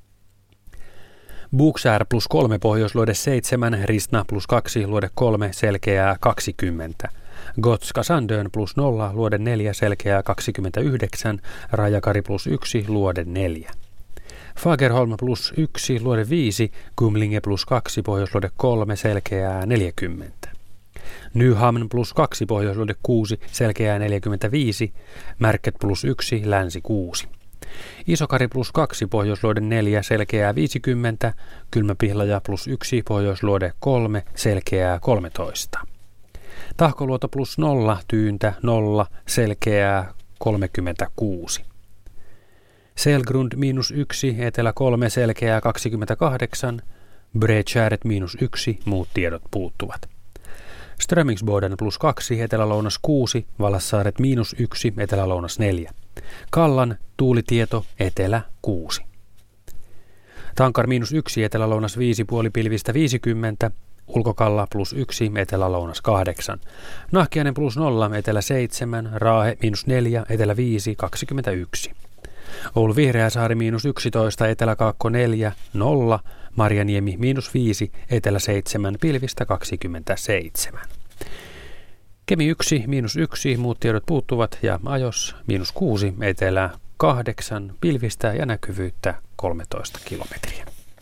Bukshär +3, pohjoisluode 7, Ristna +2, luode 3, selkeää 20. Gotska Sandön +0, luode 4, selkeää 29, Rajakari +1, luode 4. Fagerholm +1, luode 5, Kumlinge +2, pohjoisluode 3, selkeää 40. Nyhamn +2, pohjoisluode 6, selkeää 45, Märket +1, länsi 6. Isokari +2, pohjoisluode 4, selkeää 50, Kylmäpihlaja +1, pohjoisluode 3, selkeää 13. Tahkoluoto +0, Tyyntä 0, selkeää 36. Selgrund -1, etelä 3, selkeää 28, Bredkäret -1, muut tiedot puuttuvat. Strömingsboden +2, etelä-lounas 6, Valassaaret -1, etelä-lounas 4. Kallan tuulitieto etelä 6. Tankar -1, etelä-lounas 5, puolipilvistä 50, Ulkokalla +1, etelä-lounas 8. Nahkiainen +0, etelä 7, Raahe -4, etelä 5, 21. Oulu Vihreäsaari -11, etelä-kaakko 4, 0, Marjaniemi -5, etelä 7, pilvistä 27. Kemi 1, -1, muut tiedot puuttuvat ja Ajos -6, etelä 8, pilvistä ja näkyvyyttä 13 kilometriä.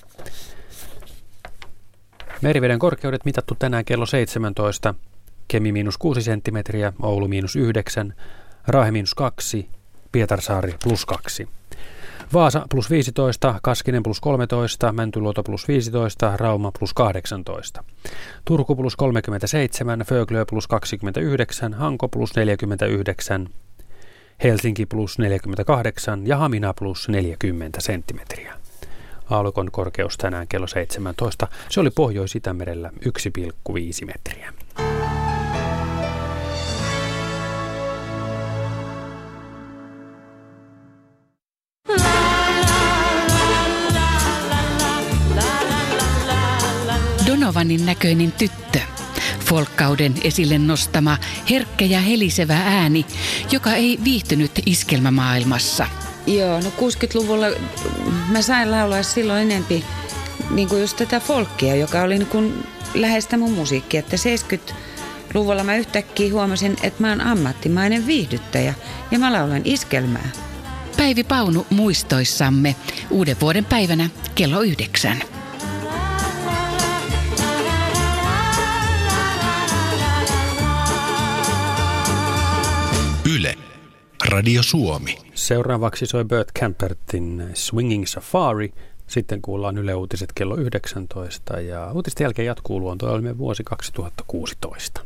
Meriveden korkeudet mitattu tänään kello 17, Kemi -6 senttimetriä, Oulu -9, Raahe -2, Pietarsaari +2. Vaasa +15, Kaskinen +13, Mäntyluoto +15, Rauma +18. Turku +37, Föglö +29, Hanko +49, Helsinki +48 ja Hamina +40 senttimetriä. Aallokon korkeus tänään kello 17. Se oli Pohjois-Itämerellä 1,5 metriä. Donovanin näköinen tyttö. Folkkauden esille nostama herkkä ja helisevä ääni, joka ei viihtynyt iskelmämaailmassa. Joo, no 60-luvulla mä sain laulaa silloin enempi niin kuin just tätä folkkia, joka oli niin kuin läheistä mun musiikkia. Että 70-luvulla mä yhtäkkiä huomasin, että mä oon ammattimainen viihdyttäjä ja mä laulan iskelmää. Päivi Paunu muistoissamme uuden vuoden päivänä kello 9. Yle, Radio Suomi. Seuraavaksi soi Bert Campertin Swinging Safari. Sitten kuullaan Yle Uutiset kello 19 ja uutisten jälkeen jatkuu Luontoilmiö vuosi 2016.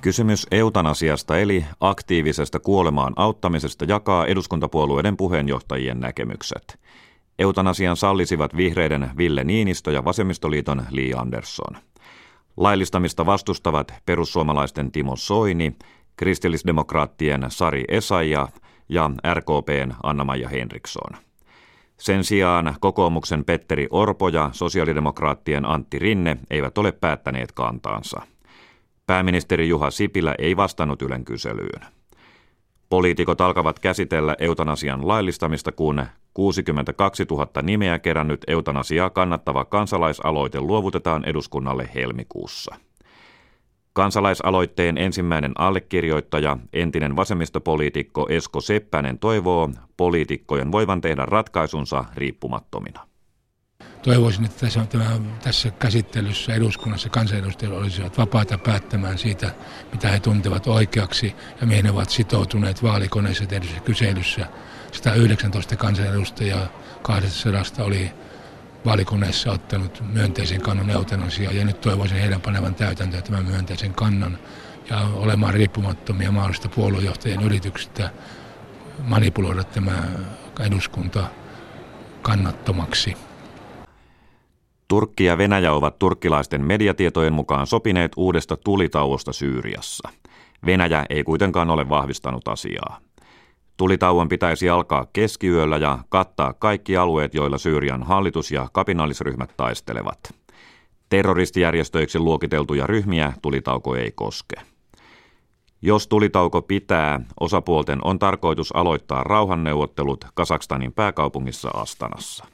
Kysymys eutanasiasta eli aktiivisesta kuolemaan auttamisesta jakaa eduskuntapuolueiden puheenjohtajien näkemykset. Eutanasian sallisivat vihreiden Ville Niinistö ja vasemmistoliiton Li Andersson. Laillistamista vastustavat perussuomalaisten Timo Soini, kristillisdemokraattien Sari Essayah ja RKP:n Anna-Maija Henriksson. Sen sijaan kokoomuksen Petteri Orpo ja sosiaalidemokraattien Antti Rinne eivät ole päättäneet kantaansa. Pääministeri Juha Sipilä ei vastannut Ylen kyselyyn. Poliitikot alkavat käsitellä eutanasian laillistamista, kun 62 000 nimeä kerännyt eutanasiaa kannattava kansalaisaloite luovutetaan eduskunnalle helmikuussa. Kansalaisaloitteen ensimmäinen allekirjoittaja, entinen vasemmistopoliitikko Esko Seppänen toivoo poliitikkojen voivan tehdä ratkaisunsa riippumattomina. Toivoisin, että tässä käsittelyssä eduskunnassa kansanedustajat olisivat vapaita päättämään siitä, mitä he tuntevat oikeaksi ja mihin he ovat sitoutuneet vaalikoneissa tehdyssä kyselyssä. 119 kansanedustajaa 200 oli vaalikoneessa ottanut myönteisen kannan eutanasiaa ja nyt toivoisin heidän panevan täytäntöön tämän myönteisen kannan ja olemaan riippumattomia mahdollista puoluejohtajien yrityksistä manipuloida tämä eduskunta kannattomaksi. Turkki ja Venäjä ovat turkkilaisten mediatietojen mukaan sopineet uudesta tulitauosta Syyriassa. Venäjä ei kuitenkaan ole vahvistanut asiaa. Tulitauon pitäisi alkaa keskiyöllä ja kattaa kaikki alueet, joilla Syyrian hallitus ja kapinallisryhmät taistelevat. Terroristijärjestöiksi luokiteltuja ryhmiä tulitauko ei koske. Jos tulitauko pitää, osapuolten on tarkoitus aloittaa rauhanneuvottelut Kazakstanin pääkaupungissa Astanassa.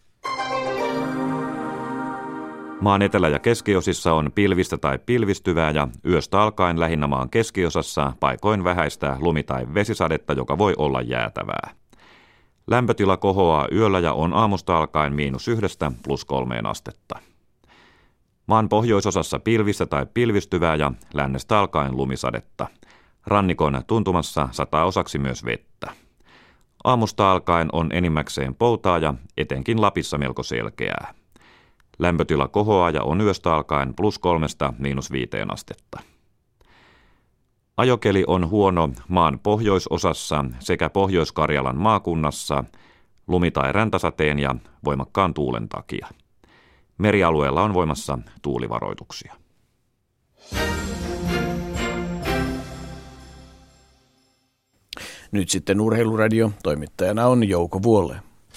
Maan etelä- ja keskiosissa on pilvistä tai pilvistyvää ja yöstä alkaen lähinnä maan keskiosassa paikoin vähäistä lumi- tai vesisadetta, joka voi olla jäätävää. Lämpötila kohoaa yöllä ja on aamusta alkaen -1 +3 astetta. Maan pohjoisosassa pilvistä tai pilvistyvää ja lännestä alkaen lumisadetta. Rannikon tuntumassa sataa osaksi myös vettä. Aamusta alkaen on enimmäkseen poutaa ja etenkin Lapissa melko selkeää. Lämpötila kohoaa ja on yöstä alkaen +3 -5 astetta. Ajokeli on huono maan pohjoisosassa sekä Pohjois-Karjalan maakunnassa lumi- tai räntäsateen ja voimakkaan tuulen takia. Merialueella on voimassa tuulivaroituksia. Nyt sitten Urheiluradio. Toimittajana on Jouko Vuolle.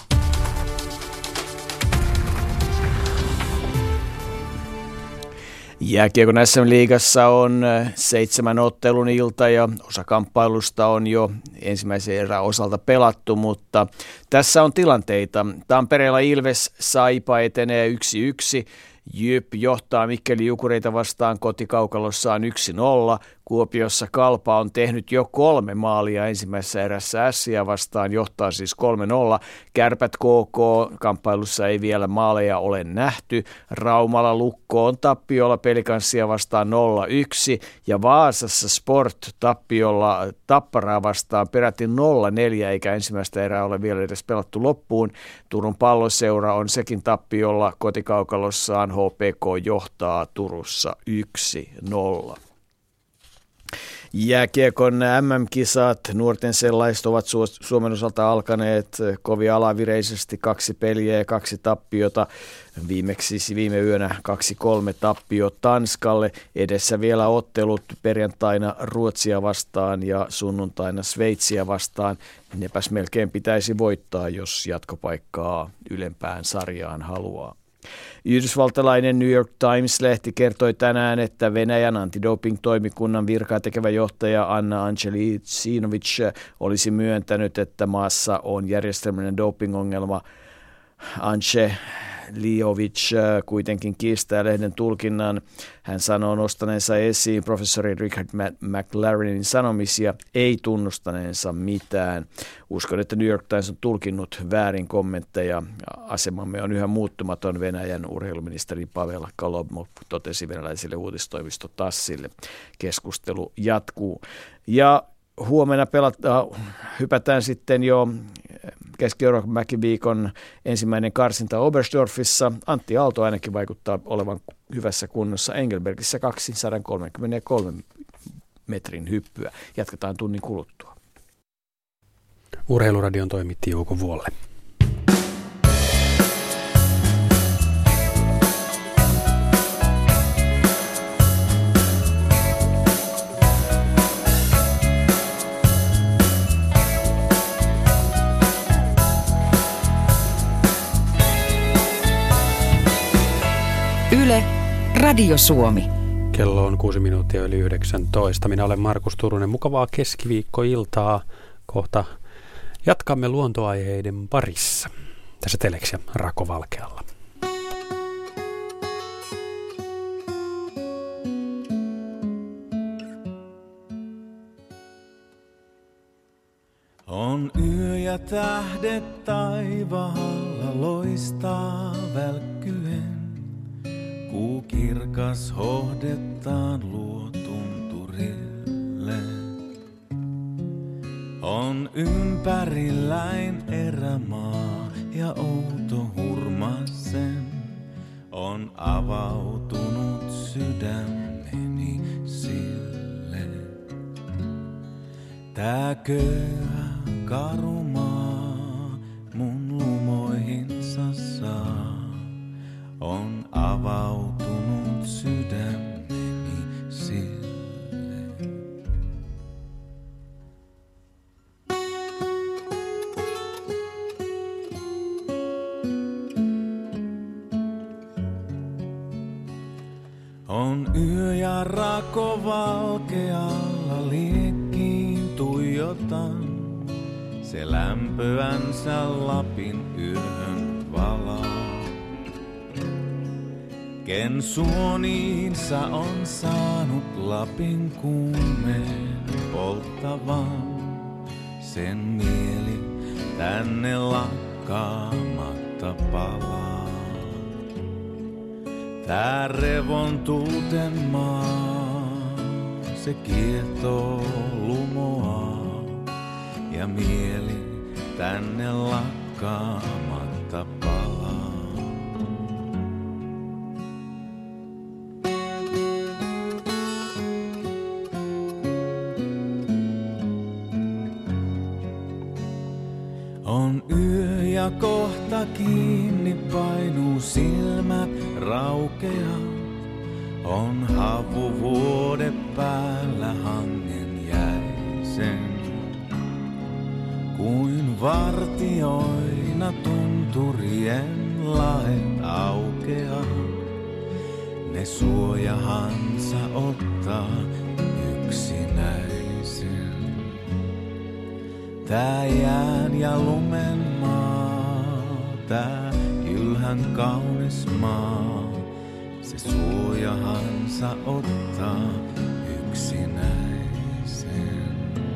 Jääkiekon SM-liigassa on 7 ottelun ilta ja osa kamppailusta on jo ensimmäisen erän osalta pelattu, mutta tässä on tilanteita. Tampereella Ilves Saipa etenee 1-1. Jyp johtaa Mikkeli Jukureita vastaan kotikaukalossaan 1-0. Kuopiossa Kalpa on tehnyt jo 3 maalia ensimmäisessä erässä Ässiä vastaan, johtaa siis 3-0. Kärpät KK kamppailussa ei vielä maaleja ole nähty. Raumalla Lukko on tappiolla Pelikanssia vastaan 0-1 ja Vaasassa Sport tappiolla Tapparaa vastaan peräti 0-4 eikä ensimmäistä erää ole vielä edes pelattu loppuun. Turun Palloseura on sekin tappiolla kotikaukalossaan. HPK johtaa Turussa 1-0. Jääkiekon MM-kisat, nuorten sellaiset, ovat Suomen osalta alkaneet kovin alavireisesti, 2 peliä ja 2 tappiota. Viimeksi viime yönä 2-3 tappio Tanskalle. Edessä vielä ottelut perjantaina Ruotsia vastaan ja sunnuntaina Sveitsiä vastaan. Nepäs melkein pitäisi voittaa, jos jatkopaikkaa ylempään sarjaan haluaa. Yhdysvaltalainen New York Times-lehti kertoi tänään, että Venäjän antidoping-toimikunnan virkaa tekevä johtaja Anna Angelitsinovic olisi myöntänyt, että maassa on järjestelmällinen doping-ongelma. Angelitsinovic kuitenkin kiistää lehden tulkinnan. Hän sanoo nostaneensa esiin professori Richard McLarenin sanomisia, ei tunnustaneensa mitään. Uskon, että New York Times on tulkinnut väärin kommentteja. Asemamme on yhä muuttumaton, Venäjän urheiluministeri Pavel Kolobov totesi venäläiselle uutistoimisto Tassille. Keskustelu jatkuu. Ja huomenna hypätään sitten jo Keski-Euroopan mäkiviikon ensimmäinen karsinta Oberstdorfissa. Antti Aalto ainakin vaikuttaa olevan hyvässä kunnossa. Engelbergissä 233 metrin hyppyä. Jatketaan tunnin kuluttua. Urheiluradion toimitti Jouko Vuolle. Yle, Radio Suomi. Kello on 6 minuuttia yli 19. Minä olen Markus Turunen. Mukavaa keskiviikkoiltaa. Kohta jatkamme luontoaiheiden parissa. Tässä Telex ja Rako Valkealla. On yö ja tähdet taivaalla loistaa välkkyen. Kuu kirkas hohdettaan luo tunturille. On ympärilläin erämaa ja outo hurmasen. On avautunut sydämeni sille. Tää köyhä karumaa mun lumoihinsa saa. On avautunut sydämeni sille. On yö ja Rako valkealla liekkiin tuijotan. Se lämpöänsä Lapin yöhön valaa. Ken suoniinsa on saanut Lapin kuumeen polttavan, sen mieli tänne lakkaamatta palaa. Tää revontulten maa, se kiehtoo lumoaa ja mieli tänne lakkaamatta palaa. On yö ja kohta kiinni painuu silmät raukeaa. On havu vuode päällä hangen jäisen. Kuin vartioina tunturien laet aukeaa. Ne suojahansa ottaa yksinäisen. Tää jään ja lumen maa, tää ylhän kaunis maa, se suojahansa ottaa yksinäisen.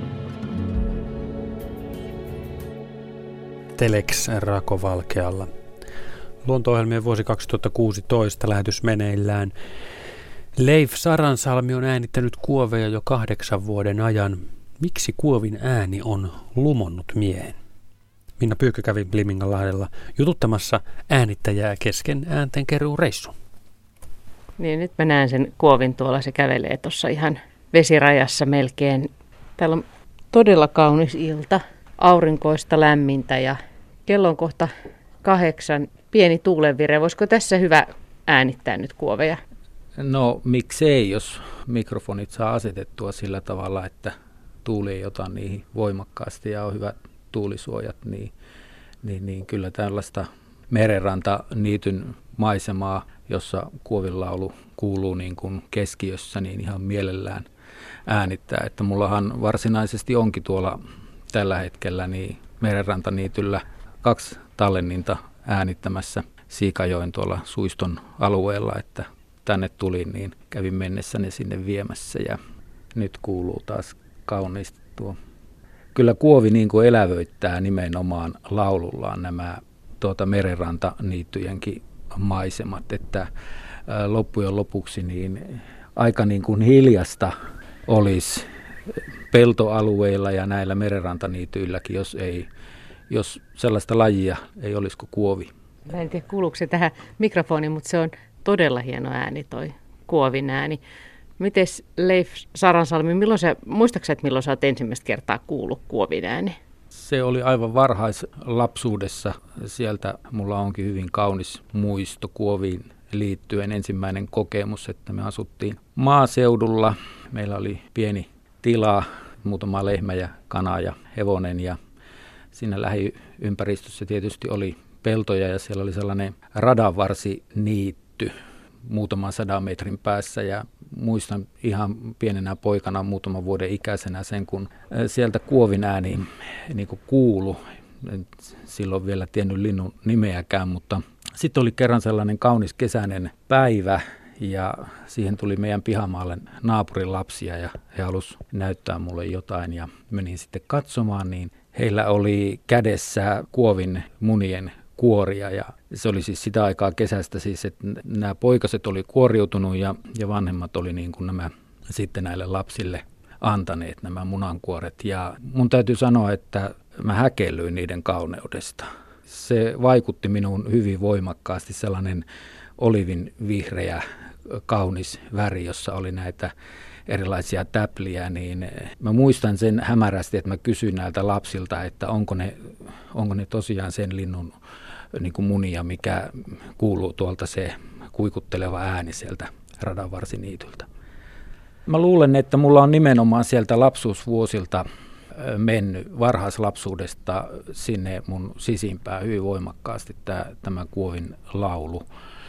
Telex Rako Valkealla. Luonto-ohjelmien vuosi 2016 lähetys meneillään. Leif Saransalmi on äänittänyt kuoveja jo 8 vuoden ajan. Miksi kuovin ääni on lumonnut miehen? Minna Pyykkö kävi Liminganlahdella jututtamassa äänittäjää kesken ääntenkeruureissun. Niin, nyt mä näen sen kuovin tuolla, se kävelee tuossa ihan vesirajassa melkein. Täällä on todella kaunis ilta, aurinkoista, lämmintä ja kello on kohta 8, pieni tuulenvire. Voisiko tässä hyvä äänittää nyt kuoveja? No miksei, jos mikrofonit saa asetettua sillä tavalla, että tuuli ei ota niihin voimakkaasti ja on hyvät tuulisuojat, niin kyllä tällaista merenrantaniityn maisemaa, jossa kuovinlaulu kuuluu niin kuin keskiössä, niin ihan mielellään äänittää. Että mullahan varsinaisesti onkin tuolla tällä hetkellä niin merenrantaniityllä 2 tallenninta äänittämässä Siikajoen tuolla Suiston alueella, että tänne tulin, niin kävin mennessä ne sinne viemässä ja nyt kuuluu taas kauniisti tuo. Kyllä kuovi niin kuin elävöittää nimenomaan laulullaan nämä merenrantaniittyjenkin maisemat, että loppujen lopuksi niin aika niin kuin hiljasta olisi peltoalueilla ja näillä merenrantaniityilläkin, jos sellaista lajia ei olisi kuin kuovi. Mä en tiedä, kuuluuko se tähän mikrofoniin, mutta se on todella hieno ääni toi kuovin ääni. Mites Leif Saransalmi, muistaaksä, että milloin sä oot ensimmäistä kertaa kuullut kuovin ääni? Se oli aivan varhaislapsuudessa. Sieltä mulla onkin hyvin kaunis muisto kuoviin liittyen. Ensimmäinen kokemus, että me asuttiin maaseudulla. Meillä oli pieni tila, muutama lehmä ja kana ja hevonen ja siinä lähiympäristössä tietysti oli peltoja ja siellä oli sellainen radanvarsiniitty muutaman 100 metrin päässä ja muistan ihan pienenä poikana muutaman vuoden ikäisenä sen, kun sieltä kuovin ääni niin kuin kuului. En silloin vielä tiennyt linnun nimeäkään, mutta sitten oli kerran sellainen kaunis kesäinen päivä ja siihen tuli meidän pihamaalle naapurin lapsia ja he halusivat näyttää mulle jotain ja menin sitten katsomaan, niin heillä oli kädessä kuovin munien kuoria ja se oli siis sitä aikaa kesästä siis, että nämä poikaset oli kuoriutunut ja vanhemmat oli niin kuin nämä sitten näille lapsille antaneet nämä munankuoret ja mun täytyy sanoa, että mä häkellyin niiden kauneudesta. Se vaikutti minuun hyvin voimakkaasti sellainen olivin vihreä kaunis väri, jossa oli näitä erilaisia täpliä, niin mä muistan sen hämärästi, että mä kysyin näiltä lapsilta, että onko ne tosiaan sen linnun niin kuin munia, mikä kuuluu tuolta se kuikutteleva ääni sieltä radanvarsiniityltä. Mä luulen, että mulla on nimenomaan sieltä lapsuusvuosilta mennyt varhaislapsuudesta sinne mun sisimpään hyvin voimakkaasti tämä kuovin laulu.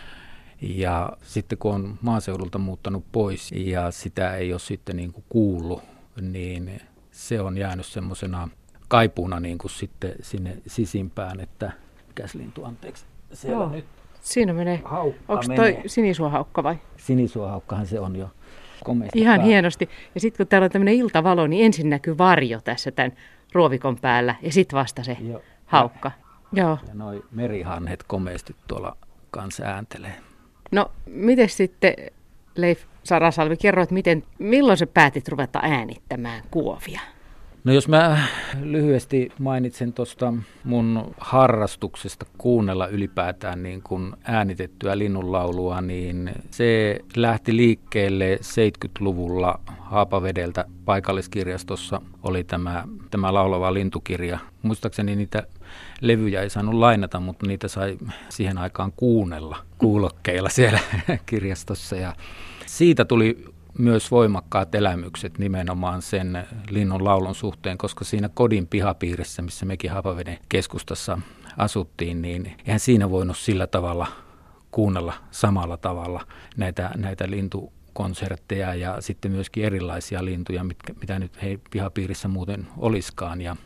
Ja sitten kun on maaseudulta muuttanut pois ja sitä ei ole sitten niin kuin kuullut, niin se on jäänyt semmoisena kaipuuna niin kuin sitten sinne sisimpään, että käslintu, anteeksi. Siellä nyt siinä menee. Onko toi sinisuohaukka vai? Sinisuohaukkahan se on jo komeasti. Ihan hienosti. Ja sitten kun täällä on tämmöinen iltavalo, niin ensin näkyy varjo tässä tämän ruovikon päällä ja sitten vasta se haukka. Joo. Ja noi merihanhet komeasti tuolla kanssa ääntelee. No, miten sitten, Leif Saransalmi, kerro, että milloin sä päätit ruveta äänittämään kuovia? No jos mä lyhyesti mainitsen tuosta mun harrastuksesta kuunnella ylipäätään niin kun äänitettyä linnunlaulua, niin se lähti liikkeelle 70-luvulla Haapavedeltä paikalliskirjastossa oli tämä laulava lintukirja. Muistaakseni niitä levyjä ei saanut lainata, mutta niitä sai siihen aikaan kuunnella kuulokkeilla siellä kirjastossa ja siitä tuli myös voimakkaat elämykset nimenomaan sen linnun laulun suhteen, koska siinä kodin pihapiirissä, missä mekin Haapaveden keskustassa asuttiin, niin eihän siinä voinut sillä tavalla kuunnella samalla tavalla näitä lintukonsertteja ja sitten myöskin erilaisia lintuja, mitä nyt ei pihapiirissä muuten olisikaan. Ja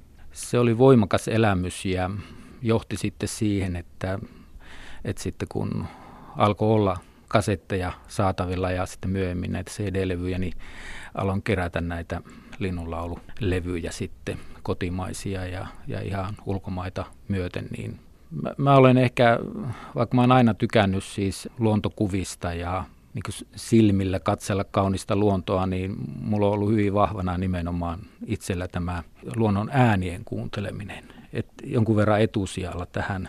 se oli voimakas elämys ja johti sitten siihen, että sitten kun alkoi olla kasetteja saatavilla ja sitten myöhemmin näitä CD-levyjä, niin aloin kerätä näitä linnunlaululevyjä sitten kotimaisia ja ihan ulkomaita myöten. Niin mä olen ehkä, vaikka mä oon aina tykännyt siis luontokuvista ja niin kuin silmillä katsella kaunista luontoa, niin mulla on ollut hyvin vahvana nimenomaan itsellä tämä luonnon äänien kuunteleminen. Et jonkun verran etusijalla tähän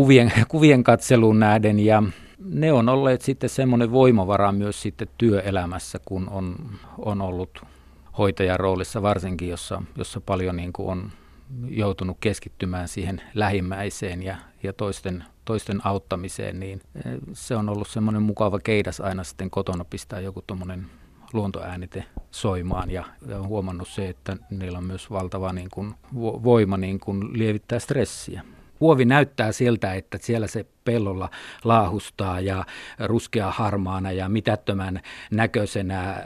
kuvien katseluun nähden ja ne on olleet sitten semmoinen voimavara myös sitten työelämässä, kun on ollut hoitajan roolissa varsinkin, jossa paljon niin kuin on joutunut keskittymään siihen lähimmäiseen ja toisten auttamiseen, niin se on ollut semmoinen mukava keidas aina sitten kotona pistää joku tommoinen luontoäänite soimaan ja on huomannut se, että niillä on myös valtava niin kuin voima niin kuin lievittää stressiä. Kuovi näyttää siltä, että siellä se pellolla laahustaa ja ruskea harmaana ja mitättömän näköisenä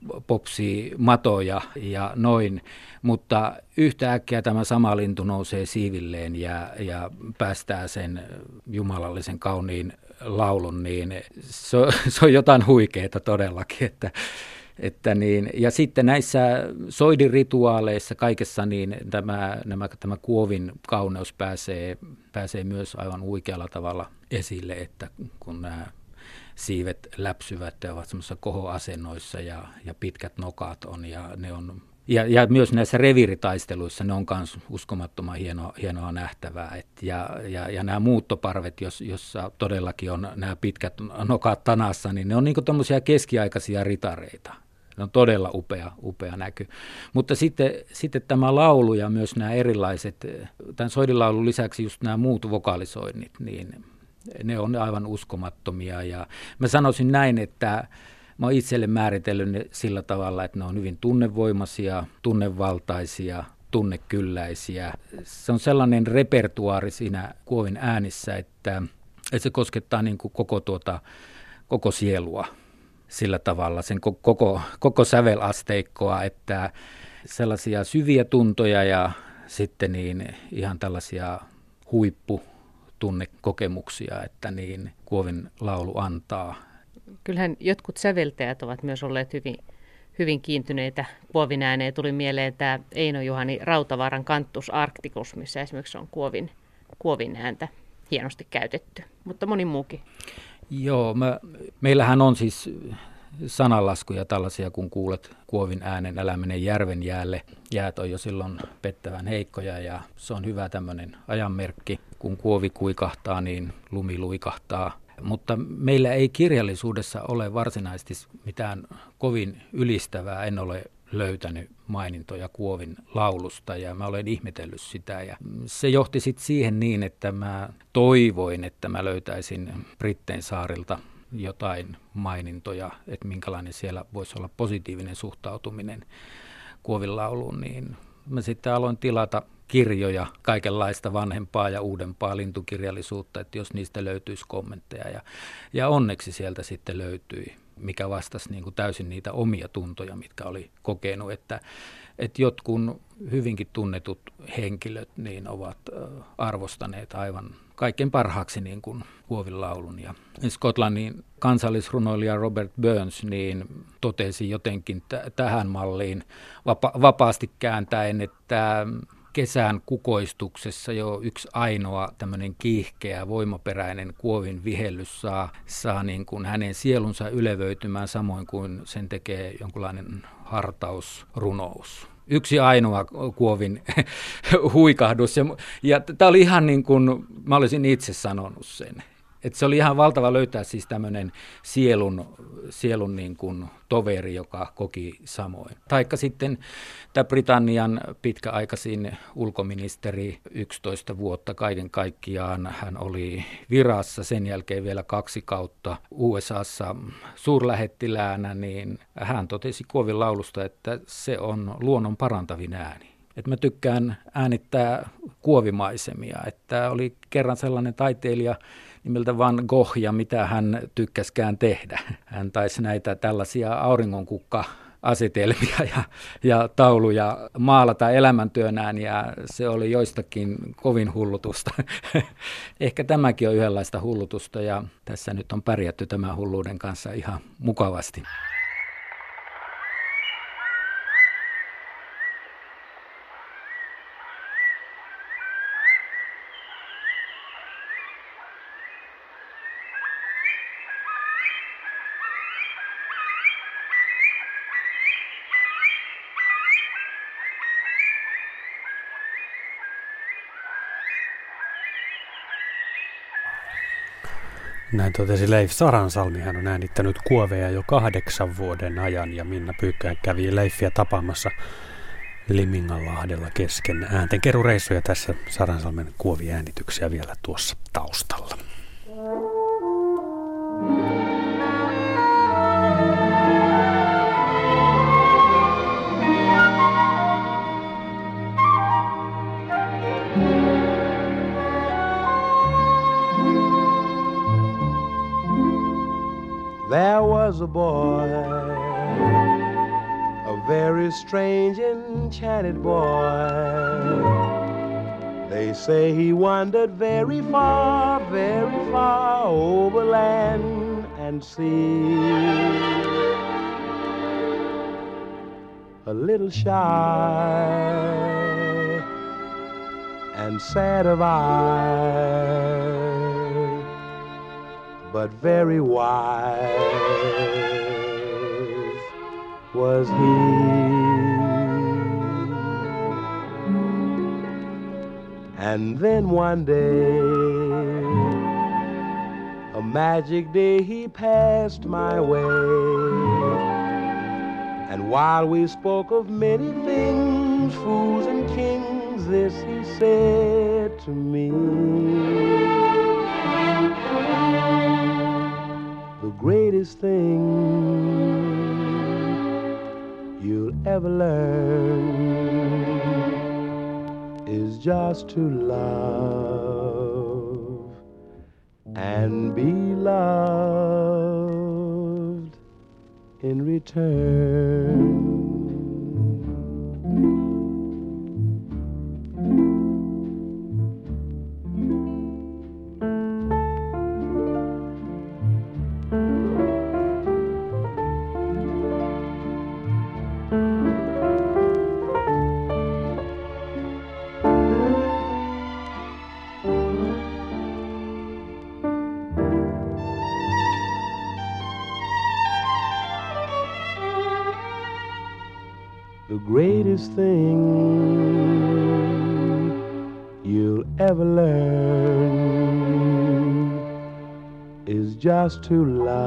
popsii matoja ja noin, mutta yhtäkkiä tämä sama lintu nousee siivilleen ja päästää sen jumalallisen kauniin laulun, niin se on jotain huikeaa todellakin, että niin, ja sitten näissä soidinrituaaleissa kaikessa niin tämä kuovin kauneus pääsee myös aivan huikealla tavalla esille, että kun nämä siivet läpsyvät ja ovat semmoisissa kohoasennoissa ja pitkät nokat on ja ne on Ja myös näissä reviiritaisteluissa ne on myös uskomattoman hienoa nähtävää. Ja nämä muuttoparvet, jossa todellakin on nämä pitkät nokat tanassa, niin ne on niin kuin tommosia keskiaikaisia ritareita. Ne on todella upea näky. Mutta sitten tämä laulu ja myös nämä erilaiset, tämän soidinlaulun lisäksi just nämä muut vokalisoinnit, niin ne on aivan uskomattomia. Ja mä sanoisin näin, että mä oon itselle määritellyt ne sillä tavalla, että ne on hyvin tunnevoimaisia, tunnevaltaisia, tunnekylläisiä. Se on sellainen repertuaari siinä Kuovin äänissä, että se koskettaa niin kuin koko sielua sillä tavalla, sen koko sävelasteikkoa, että sellaisia syviä tuntoja ja sitten niin ihan tällaisia huipputunnekokemuksia, että niin Kuovin laulu antaa. Kyllähän jotkut säveltäjät ovat myös olleet hyvin kiintyneitä Kuovin ääneen. Tuli mieleen tämä Eino-Juhani Rautavaaran Cantus Arcticus, missä esimerkiksi on Kuovin ääntä hienosti käytetty, mutta moni muukin. Joo, meillähän on siis sananlaskuja tällaisia, kun kuulet Kuovin äänen, älä mene järven jäälle. Jäät on jo silloin pettävän heikkoja ja se on hyvä tämmöinen ajanmerkki. Kun Kuovi kuikahtaa, niin lumi luikahtaa. Mutta meillä ei kirjallisuudessa ole varsinaisesti mitään kovin ylistävää, en ole löytänyt mainintoja Kuovin laulusta ja mä olen ihmetellyt sitä. Ja se johti sitten siihen niin, että mä toivoin, että mä löytäisin Brittein saarilta jotain mainintoja, että minkälainen siellä voisi olla positiivinen suhtautuminen Kuovin lauluun, niin mä sitten aloin tilata kirjoja, kaikenlaista vanhempaa ja uudempaa lintukirjallisuutta, että jos niistä löytyisi kommentteja. Ja onneksi sieltä sitten löytyi, mikä vastasi niin kuin täysin niitä omia tuntoja, mitkä oli kokenut, että jotkut hyvinkin tunnetut henkilöt niin ovat arvostaneet aivan kaikkein parhaaksi niin kuin Kuovin laulun. Ja Skotlannin kansallisrunoilija Robert Burns niin totesi jotenkin tähän malliin vapaasti kääntäen, että kesän kukoistuksessa jo yksi ainoa tämmöinen kiihkeä, voimaperäinen Kuovin vihellys saa niin kuin hänen sielunsa ylevöitymään samoin kuin sen tekee jonkunlainen hartausrunous. Yksi ainoa Kuovin huikahdus. Ja tämä oli ihan niin kuin mä olisin itse sanonut sen. Että se oli ihan valtava löytää siis tämmöinen sielun niin kuin toveri, joka koki samoin. Taikka sitten tämä Britannian pitkäaikaisin ulkoministeri 11 vuotta kaiken kaikkiaan. Hän oli virassa, sen jälkeen vielä 2 kautta USAssa suurlähettiläänä, niin hän totesi Kuovin laulusta, että se on luonnon parantavin ääni. Että mä tykkään äänittää kuovimaisemia, että oli kerran sellainen taiteilija nimeltä Van Gogh ja mitä hän tykkäskään tehdä. Hän taisi näitä tällaisia auringonkukka-asetelmia ja tauluja maalata elämäntyönään ja se oli joistakin kovin hullutusta. Ehkä tämäkin on yhdenlaista hullutusta ja tässä nyt on pärjätty tämän hulluuden kanssa ihan mukavasti. Näin totesi Leif Saransalmi. Hän on äänittänyt kuoveja jo 8 vuoden ajan ja Minna Pyykkään kävi Leifiä tapaamassa Liminganlahdella kesken ääntenkerureissuja. Tässä Saransalmen kuoviäänityksiä vielä tuossa taustalla. There was a boy, a very strange, enchanted boy. They say he wandered very far over land and sea. A little shy and sad of eye, but very wise was he. And then one day, a magic day, he passed my way. And while we spoke of many things, fools and kings, this he said to me: the greatest thing you'll ever learn is just to love and be loved in return. The greatest thing you'll ever learn is just to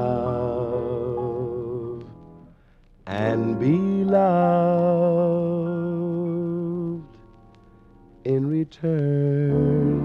love and be loved in return.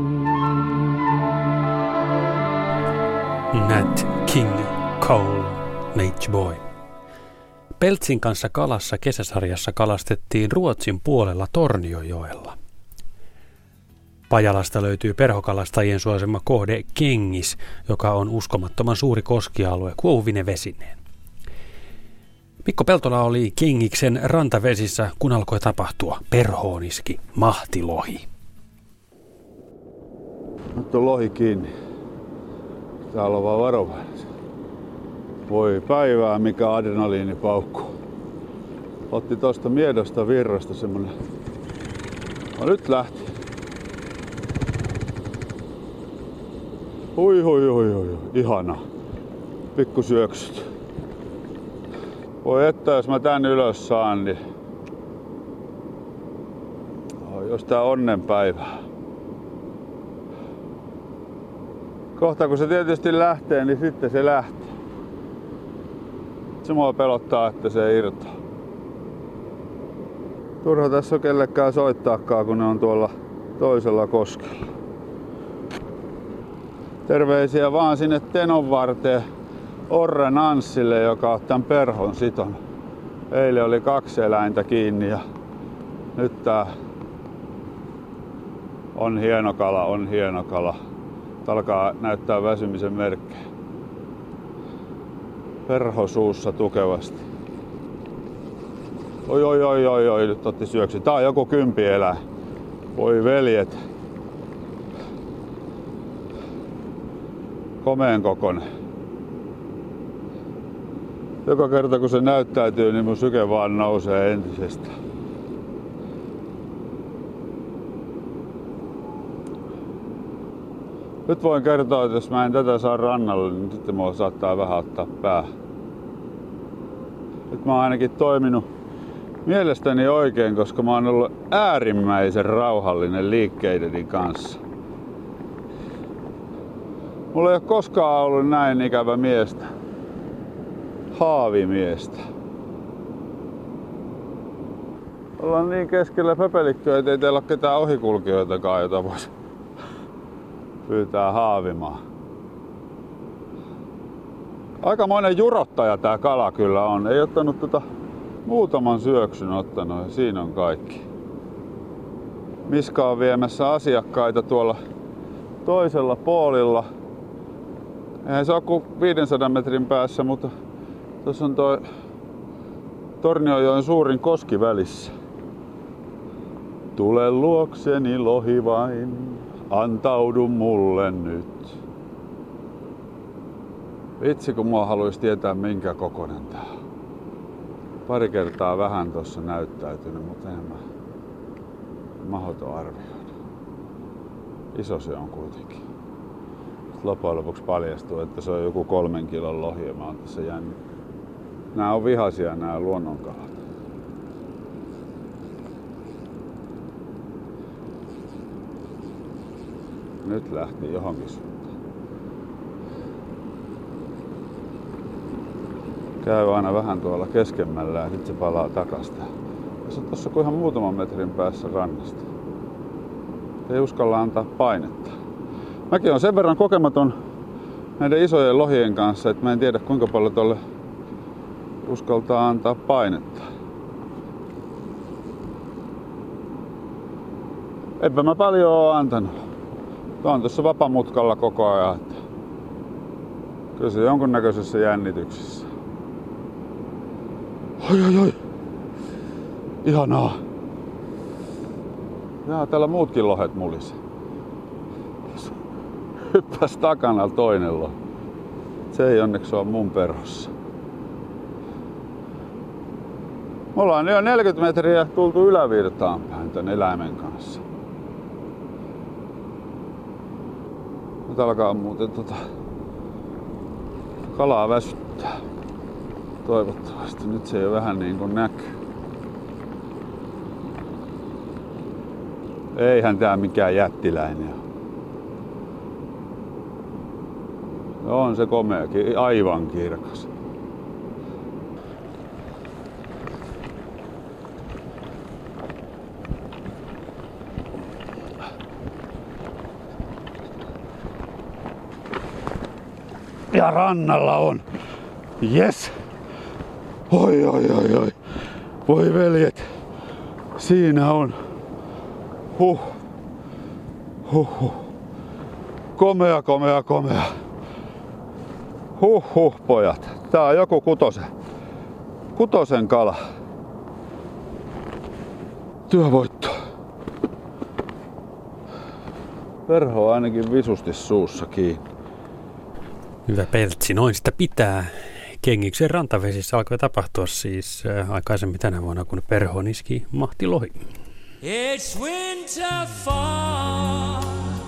Nat King Cole, Nature Boy. Peltsin kanssa kalassa kesäsarjassa kalastettiin Ruotsin puolella Torniojoella. Pajalasta löytyy perhokalastajien suosima kohde Kengis, joka on uskomattoman suuri koskialue kuohuvine vesineen. Mikko Peltola oli Kengiksen rantavesissä, kun alkoi tapahtua. Perhoon iski mahtilohi. Nyt on lohi kiinni. Täällä on vaan varovainen. Voi päivää, mikä adrenaliini paukkuu. Otti tosta miedosta virrasta semmonen. No nyt lähti. Hui. Ihana. Pikku syöksyt. Voi että jos mä tän ylös saan, niin jos tää onnenpäivä. Kohta kun se tietysti lähtee, niin sitten se lähtee. Se mua pelottaa, että se irtoaa. Turha tässä on kellekään soittaakaan, kun ne on tuolla toisella koskella. Terveisiä vaan sinne Tenon varteen Orren Anssille, joka on tämän perhon sitonut. Eilen oli 2 eläintä kiinni ja nyt tää on hieno kala. Alkaa näyttää väsymisen merkkejä. Perho suussa tukevasti. Oi, nyt otti syöksy. Tää on joku kympieläin. Voi veljet. Komeen kokonen. Joka kerta kun se näyttäytyy, niin mun syke vaan nousee entisestään. Nyt voin kertoa, että jos mä en tätä saa rannalle, niin sitten mua saattaa vähän ottaa päähän. Nyt mä oon ainakin toiminut mielestäni oikein, koska mä oon ollut äärimmäisen rauhallinen liikkeideni kanssa. Mulla ei ole koskaan ollut näin ikävä miestä. Haavimiestä. Ollaan niin keskellä pöpelikköä, ettei teillä ole ketään ohikulkijoitakaan, jota voisi pyytää haavimaan. Aikamoinen jurottaja tää kala kyllä on. Ei ottanut muutaman syöksyn ottanut ja siinä on kaikki. Miska on viemässä asiakkaita tuolla toisella puolilla. Eihän se ole kuin 500 metrin päässä, mutta tuossa on toi Tornionjoen suurin koski välissä. Tule luokseni lohi vain, antaudu mulle nyt. Vitsi kun mua haluaisi tietää minkä kokoinen tää on. Pari kertaa vähän tossa näyttäytynyt, mutta enemmän mahdoton arvioida. Iso se on kuitenkin. Sitten loppujen lopuksi paljastuu, että se on joku 3 kilon lohi ja mä oon tässä jännyt. Nää on vihaisia nää luonnonkalat. Nyt lähti johonkin suuntaan. Käy aina vähän tuolla keskemmällä ja sitten se palaa takaisin. Se on tossa kuin ihan muutaman metrin päässä rannasta. Ei uskalla antaa painetta. Mäkin on sen verran kokematon näiden isojen lohien kanssa, että mä en tiedä kuinka paljon tuolle uskaltaa antaa painetta. Enpä mä paljon oo antanut. Tuo on tuossa vapamutkalla koko ajan. Että kyllä se jonkunnäköisessä jännityksessä. Oi. Ihanaa. Jaa, täällä muutkin lohet mulisi. Hyppäs takana toinen lohi. Se ei onneksi ole mun perhossa. Me ollaan jo 40 metriä tultu ylävirtaan päin tän eläimen kanssa. Nyt alkaa muuten kalaa väsyttää. Toivottavasti. Nyt se jo vähän niin kuin näkyy. Eihän tää mikään jättiläinen ole. On se komea, aivan kirkas. Ja rannalla on. Yes. Oi. Voi veljet. Siinä on. Huh. Komea. Pojat. Tää on joku kutosen kala. Työvoitto. Perho on ainakin visusti suussa kiinni. Hyvä Peltsi, noin sitä pitää. Kengiksen rantavesissä alkoi tapahtua siis aikaisemmin tänä vuonna, kun perhoon iski mahtilohi. It's winter fall,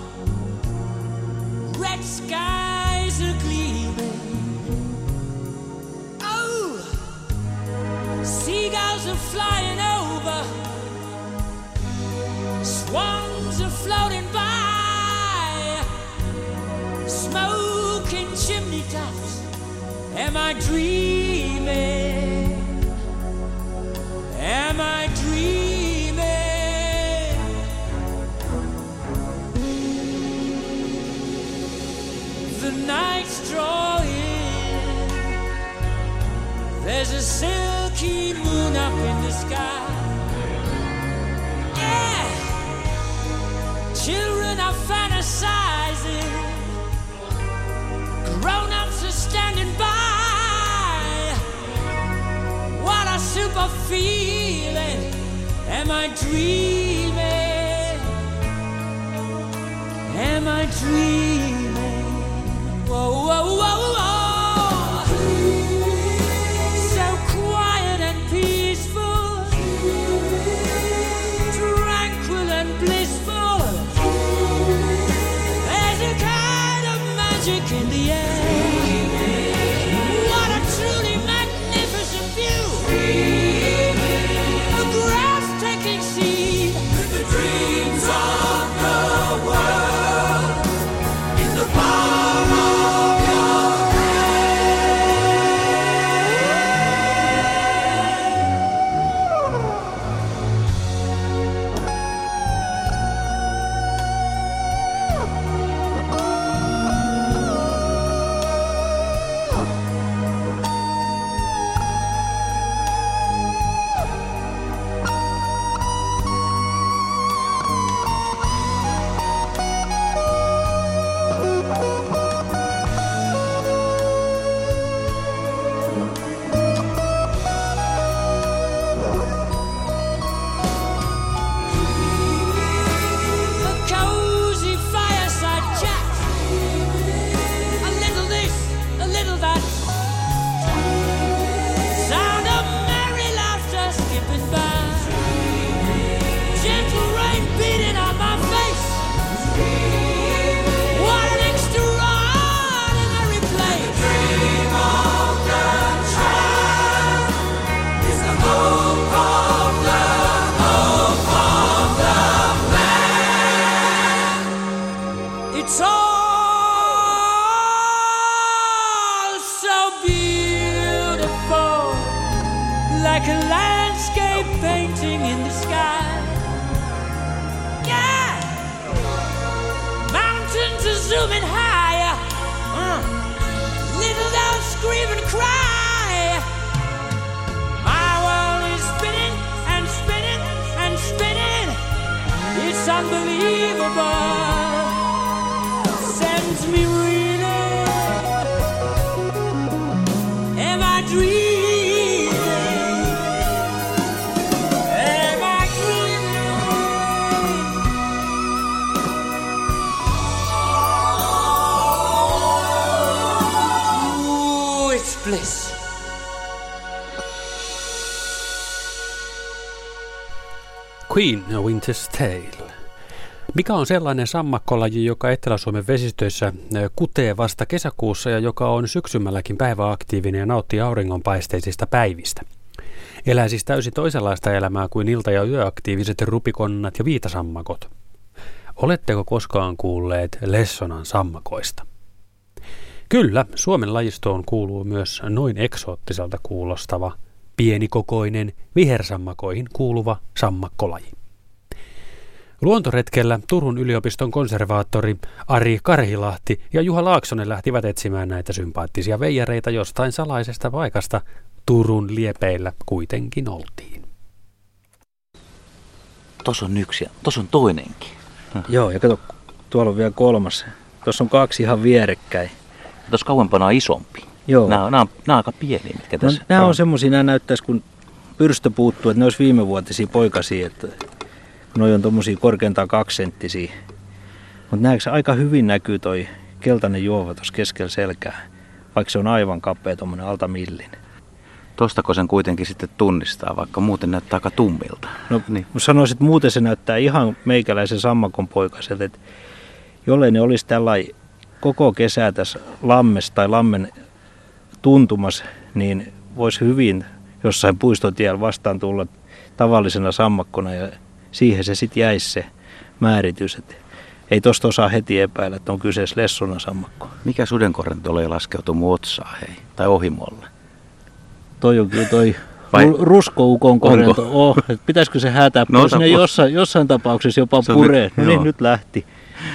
red skies are gleaming. Oh, seagulls are flying over, swans are floating by, smoking chimney tops. Am I dreaming? Am I dreaming? The nights draw in. There's a silky moon up in the sky. Yeah, children are fantasizing. Grown-ups are standing by. What a super feeling. Am I dreaming? Am I dreaming? Whoa. So quiet and peaceful, tranquil and blissful. There's a kind of magic in the air. What a truly magnificent view. A breathtaking scene. With the dreams of the world in the palm of your hand. like a landscape painting in the sky. Yeah, mountains are zooming higher. Little dogs scream and cry. My world is spinning and spinning and spinning. It's unbelievable. Sends me reeling. Am I dreaming? Am I dreaming? Ooh, it's bliss. Queen, A Winter's Tale. Mikä on sellainen sammakkolaji, joka Etelä-Suomen vesistöissä kutee vasta kesäkuussa ja joka on syksymälläkin päiväaktiivinen ja nauttii auringonpaisteisista päivistä? Elää siis täysin toisenlaista elämää kuin ilta- ja yöaktiiviset rupikonnat ja viitasammakot. Oletteko koskaan kuulleet Lessonan sammakoista? Kyllä, Suomen lajistoon kuuluu myös noin eksoottiselta kuulostava, pienikokoinen, vihersammakoihin kuuluva sammakkolaji. Luontoretkellä Turun yliopiston konservaattori Ari Karhilahti ja Juha Laaksonen lähtivät etsimään näitä sympaattisia veijareita jostain salaisesta paikasta. Turun liepeillä kuitenkin oltiin. Tuossa on yksi ja tuossa on toinenkin. Joo, ja kato, tuolla on vielä kolmas. Tuossa on kaksi ihan vierekkäin. Tuossa kauempana on isompi. Joo. Nämä on aika pieniä, mitkä tässä on. Nämä on semmosia, nämä näyttäisi kun pyrstö puuttuu, että ne olisi viimevuotisia poikasia, että noi on tommosia korkeintaan 2 senttisiä. Mutta näetkö aika hyvin näkyy toi keltainen juova tuossa keskellä selkää, vaikka se on aivan kapea tommonen alta millin. Tostako sen kuitenkin sitten tunnistaa, vaikka muuten näyttää aika tummilta? No niin. Sanoisin, että muuten se näyttää ihan meikäläisen sammakon poikaselta, että jollei ne olisi tällainen koko kesää tässä lammessa tai lammen tuntumassa, niin voisi hyvin jossain puistotiellä vastaan tulla tavallisena sammakkona ja siihen se sitten jäisi se määritys. Et ei tosta osaa heti epäillä, että on kyseessä Lessonan sammakko. Mikä sudenkorren tulee laskeutua mun otsaan, hei? Tai ohimolle? Toi on kyllä toi ruskoukon korento. Pitäisikö se häätää pois? Ne jossain tapauksessa jopa puree. No niin, nyt lähti.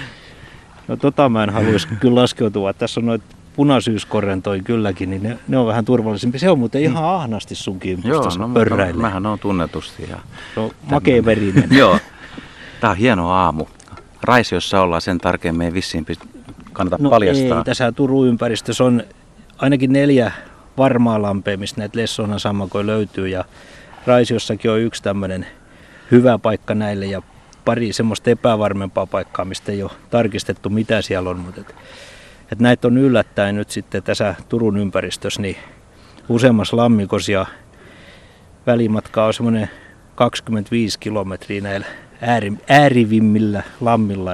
No mä en haluaisi kyllä laskeutua. Tässä on noita punasyyskorrentoja kylläkin, niin ne on vähän turvallisempi. Se on muuten ihan ahnasti sunkin pörräille. No, mähän on tunnetusti. Ja no, makeaverinen. Joo. Tää on hieno aamu. Raisiossa ollaan, sen tarkemmin ei vissiin kannata paljastaa. Ei, tässä Turun ympäristössä on ainakin 4 varmaa lampea, mistä näitä Lessonan sammakoja löytyy. Ja Raisiossakin on yksi tämmöinen hyvä paikka näille ja pari semmoista epävarmempaa paikkaa, mistä ei ole tarkistettu mitä siellä on. Mutta että näitä on yllättäen nyt sitten tässä Turun ympäristössä niin useammassa lammikossa ja välimatka on semmoinen 25 kilometriä näillä äärivimmillä lammilla.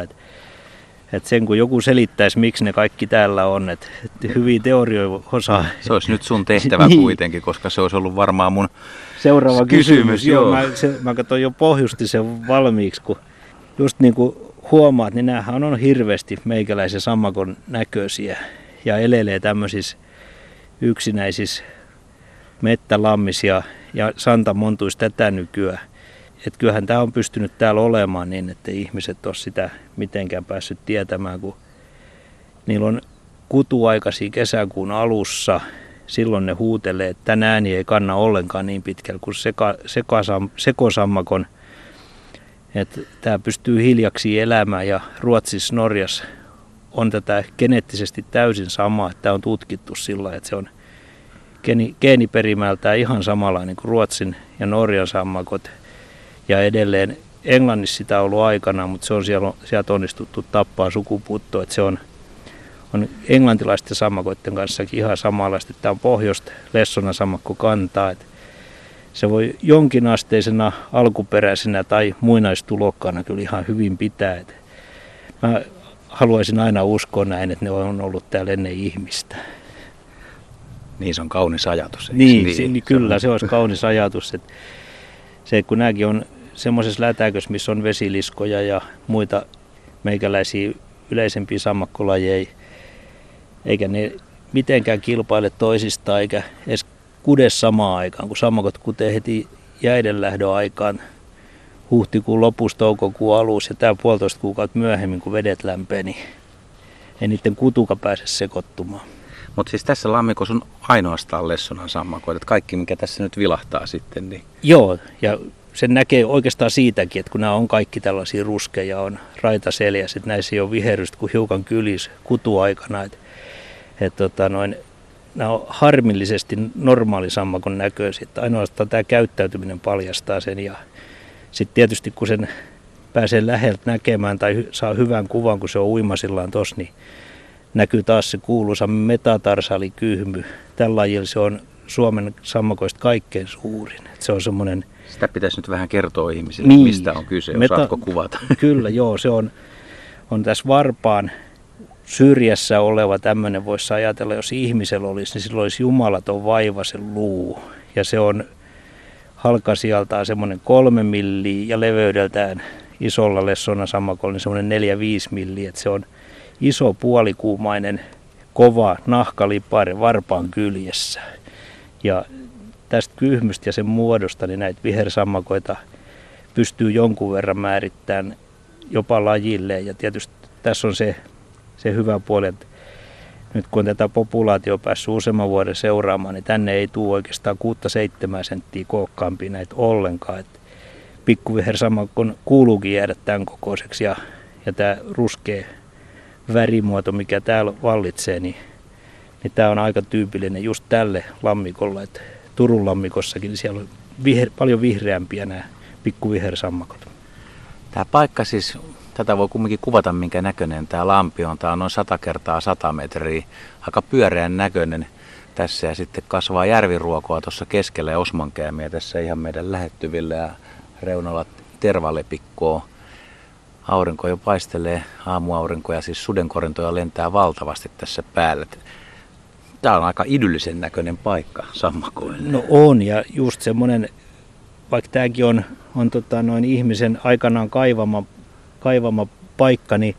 Et sen kun joku selittäisi, miksi ne kaikki täällä on, että hyviä teorioita osaa. Se olisi nyt sun tehtävä niin. Kuitenkin, koska se olisi ollut varmaan mun seuraava kysymys. Joo. Mä katsoin jo pohjusti sen valmiiksi, kun just niin kuin huomaat, niin näähän on hirveästi meikäläisen sammakon näköisiä ja elelee tämmöisissä yksinäisissä mettälammisia ja santamontuissa tätä nykyään. Että kyllähän tämä on pystynyt täällä olemaan niin, että ihmiset ole sitä mitenkään päässyt tietämään, kun niillä on kutuaikaisia kesäkuun alussa. Silloin ne huutelee, että tänä ääni ei kanna ollenkaan niin pitkällä kuin sekosammakon. Että tämä pystyy hiljaksi elämään ja Ruotsissa, Norjassa on tätä geneettisesti täysin samaa. Tämä on tutkittu sillä, että se on geeniperimältään ihan samanlainen kuin Ruotsin ja Norjan sammakot. Ja edelleen Englannissa sitä on ollut aikana, mutta se on sieltä onnistuttu tappaa sukupuuttoon. Että se on englantilaisten sammakoiden kanssakin ihan samanlaista. Tämä on pohjoista Lessonan sammakko kantaa. Että se voi jonkinasteisena, alkuperäisenä tai muinaistulokkaana kyllä ihan hyvin pitää. Että mä haluaisin aina uskoa näin, että ne on ollut täällä ennen ihmistä. Niin se on kaunis ajatus. Niin, kyllä se olisi kaunis ajatus. Että se, kun nämäkin on semmoisessa lätäkössä, missä on vesiliskoja ja muita meikäläisiä yleisempiä sammakkolajeja, eikä ne mitenkään kilpaile toisistaan, eikä edes kudes samaan aikaan, kun sammakot kutee heti jäidenlähdön aikaan huhtikuun lopussa, toukokuun alussa ja tämä 1,5 kuukautta myöhemmin, kun vedet lämpee, niin ei niiden kutuka pääse sekoittumaan. Mutta siis tässä lammikossa on ainoastaan lessonan sammakoita, että kaikki mikä tässä nyt vilahtaa sitten. Niin... Joo, ja sen näkee oikeastaan siitäkin, että kun nämä on kaikki tällaisia ruskeja, on raitaseljä, sitten näissä ei ole viherrystä kuin hiukan kylis kutuaikana. Nämä on harmillisesti normaalisammakon näköisiä, että ainoastaan tämä käyttäytyminen paljastaa sen. Ja sitten tietysti kun sen pääsee läheltä näkemään tai saa hyvän kuvan, kun se on uimasillaan tuossa, niin näkyy taas se kuuluisa metatarsaalikyhmy. Tällä lajilla se on Suomen sammakoista kaikkein suurin. Se on semmoinen... Sitä pitäisi nyt vähän kertoa ihmisille, niin, mistä on kyse. Osaatko kuvata? Kyllä, joo. Se on tässä varpaan syrjässä oleva tämmöinen, voisi ajatella, jos ihmisellä olisi, niin sillä olisi jumalaton vaivaisen luu. Ja se on halkasijaltaan semmoinen 3 milliä ja leveydeltään isolla lessonasammakolla niin semmoinen 4-5 milliä. Se on iso puolikuumainen, kova nahkalipare varpaan kyljessä. Ja tästä kyhmystä ja sen muodosta niin näitä vihersammakoita pystyy jonkun verran määrittämään jopa lajille. Ja tietysti tässä on se hyvä puoli, että nyt kun tätä populaatio on päässyt useamman vuoden seuraamaan, niin tänne ei tule oikeastaan 6-7 senttiä kookkaampia näitä ollenkaan. Et pikkuvihersammakon kuuluukin jäädä tämän kokoiseksi ja tämä ruskea värimuoto, mikä täällä vallitsee, niin tämä on aika tyypillinen just tälle lammikolle. Et Turun lammikossakin niin siellä on paljon vihreämpiä nämä pikkuvihersammakot. Tämä paikka siis, tätä voi kumminkin kuvata minkä näköinen tämä lampi on. Tämä on noin 100 × 100 metriä, aika pyöreän näköinen tässä ja sitten kasvaa järviruokoa tuossa keskellä ja osmankäämiä tässä ihan meidän lähettyvillä ja reunalla tervalepikkoa. Aurinko jo paistelee, aamuaurinko ja siis sudenkorentoja lentää valtavasti tässä päällä. Tämä on aika idyllisen näköinen paikka sammakoille. No on ja just semmoinen, vaikka tämäkin on ihmisen aikanaan kaivama paikka, niin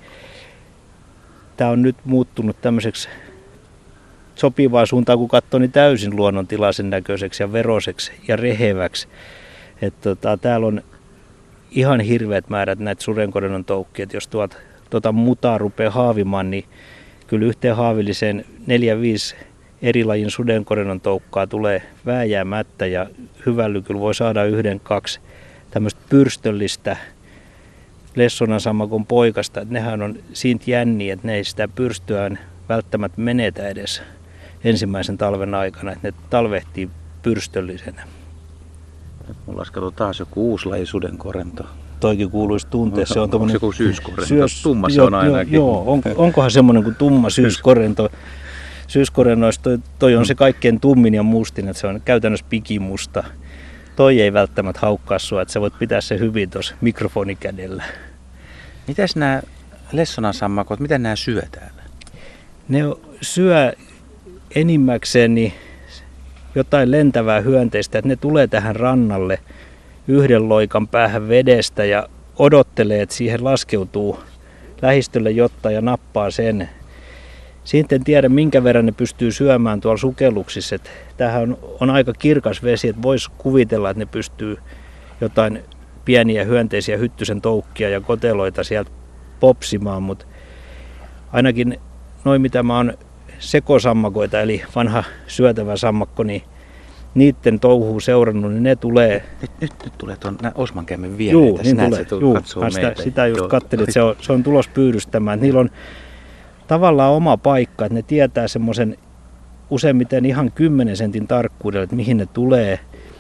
tämä on nyt muuttunut tämmöiseksi sopivaan suuntaan, kun katsoo, niin täysin luonnontilaisen näköiseksi ja veroseksi ja reheväksi. Täällä on ihan hirveät määrät näitä sudenkorennon toukkia, että jos tuota mutaa rupeaa haavimaan, niin kyllä yhteen haavilliseen 4-5 eri lajin sudenkorennon toukkaa tulee vääjäämättä ja hyvällä kyllä voi saada 1-2 tämmöistä pyrstöllistä lessonasammakon poikasta. Että nehän on siitä jänniä, että ne ei sitä pyrstöään välttämättä menetä edes ensimmäisen talven aikana, että ne talvehtii pyrstöllisenä. Mulla olisi kato taas joku uusi laji sudenkorento. Toikin kuuluisi tuntea. Se on onko se joku syyskorento? Tumma se on ainakin. Joo, onkohan semmoinen kuin tumma syyskorento. Syyskorennoista toi on se kaikkein tummin ja mustin, että se on käytännössä pikimusta. Toi ei välttämättä haukkaa sua, että sä voit pitää se hyvin tuossa mikrofonikädellä. Mitäs nämä lessonasammakot, miten nämä syö täällä? Ne syö enimmäkseen niin jotain lentävää hyönteistä, että ne tulee tähän rannalle yhden loikan päähän vedestä ja odottelee, että siihen laskeutuu lähistölle jotta ja nappaa sen. Siitä en tiedä, minkä verran ne pystyy syömään tuolla sukelluksissa. Tämähän on aika kirkas vesi, että voisi kuvitella, että ne pystyy jotain pieniä hyönteisiä hyttysen toukkia ja koteloita sieltä popsimaan, mutta ainakin noin mitä mä oon sekosammakoita, eli vanha syötävä sammakko, niin niiden touhuu seurannut, niin ne tulee... Nyt tulee tuon osmankäämmen viereen. Juu, niin tulee. Sitä just katselin, että se on tulos pyydystämään. Niillä on tavallaan oma paikka, että ne tietää semmoisen useimmiten ihan 10 sentin tarkkuudella, että mihin ne tulee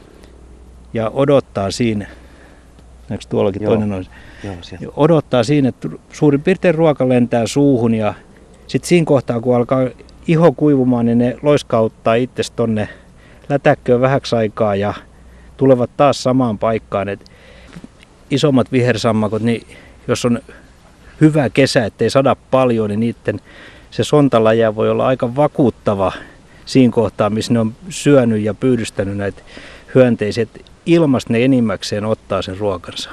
ja odottaa siinä. Näetkö tuollakin toinen on? Odottaa siinä, että suurin piirtein ruoka lentää suuhun ja sitten siinä kohtaa, kun alkaa iho kuivumaan, niin ne loiskauttaa itsesi tonne lätäkköön vähäksi aikaa ja tulevat taas samaan paikkaan. Et isommat vihersammakot, niin jos on hyvä kesä, ettei sada paljon, niin niiden se sontalaja voi olla aika vakuuttava siinä kohtaa, missä ne on syönyt ja pyydystänyt näitä hyönteisiä. Ilmasta ne enimmäkseen ottaa sen ruokansa.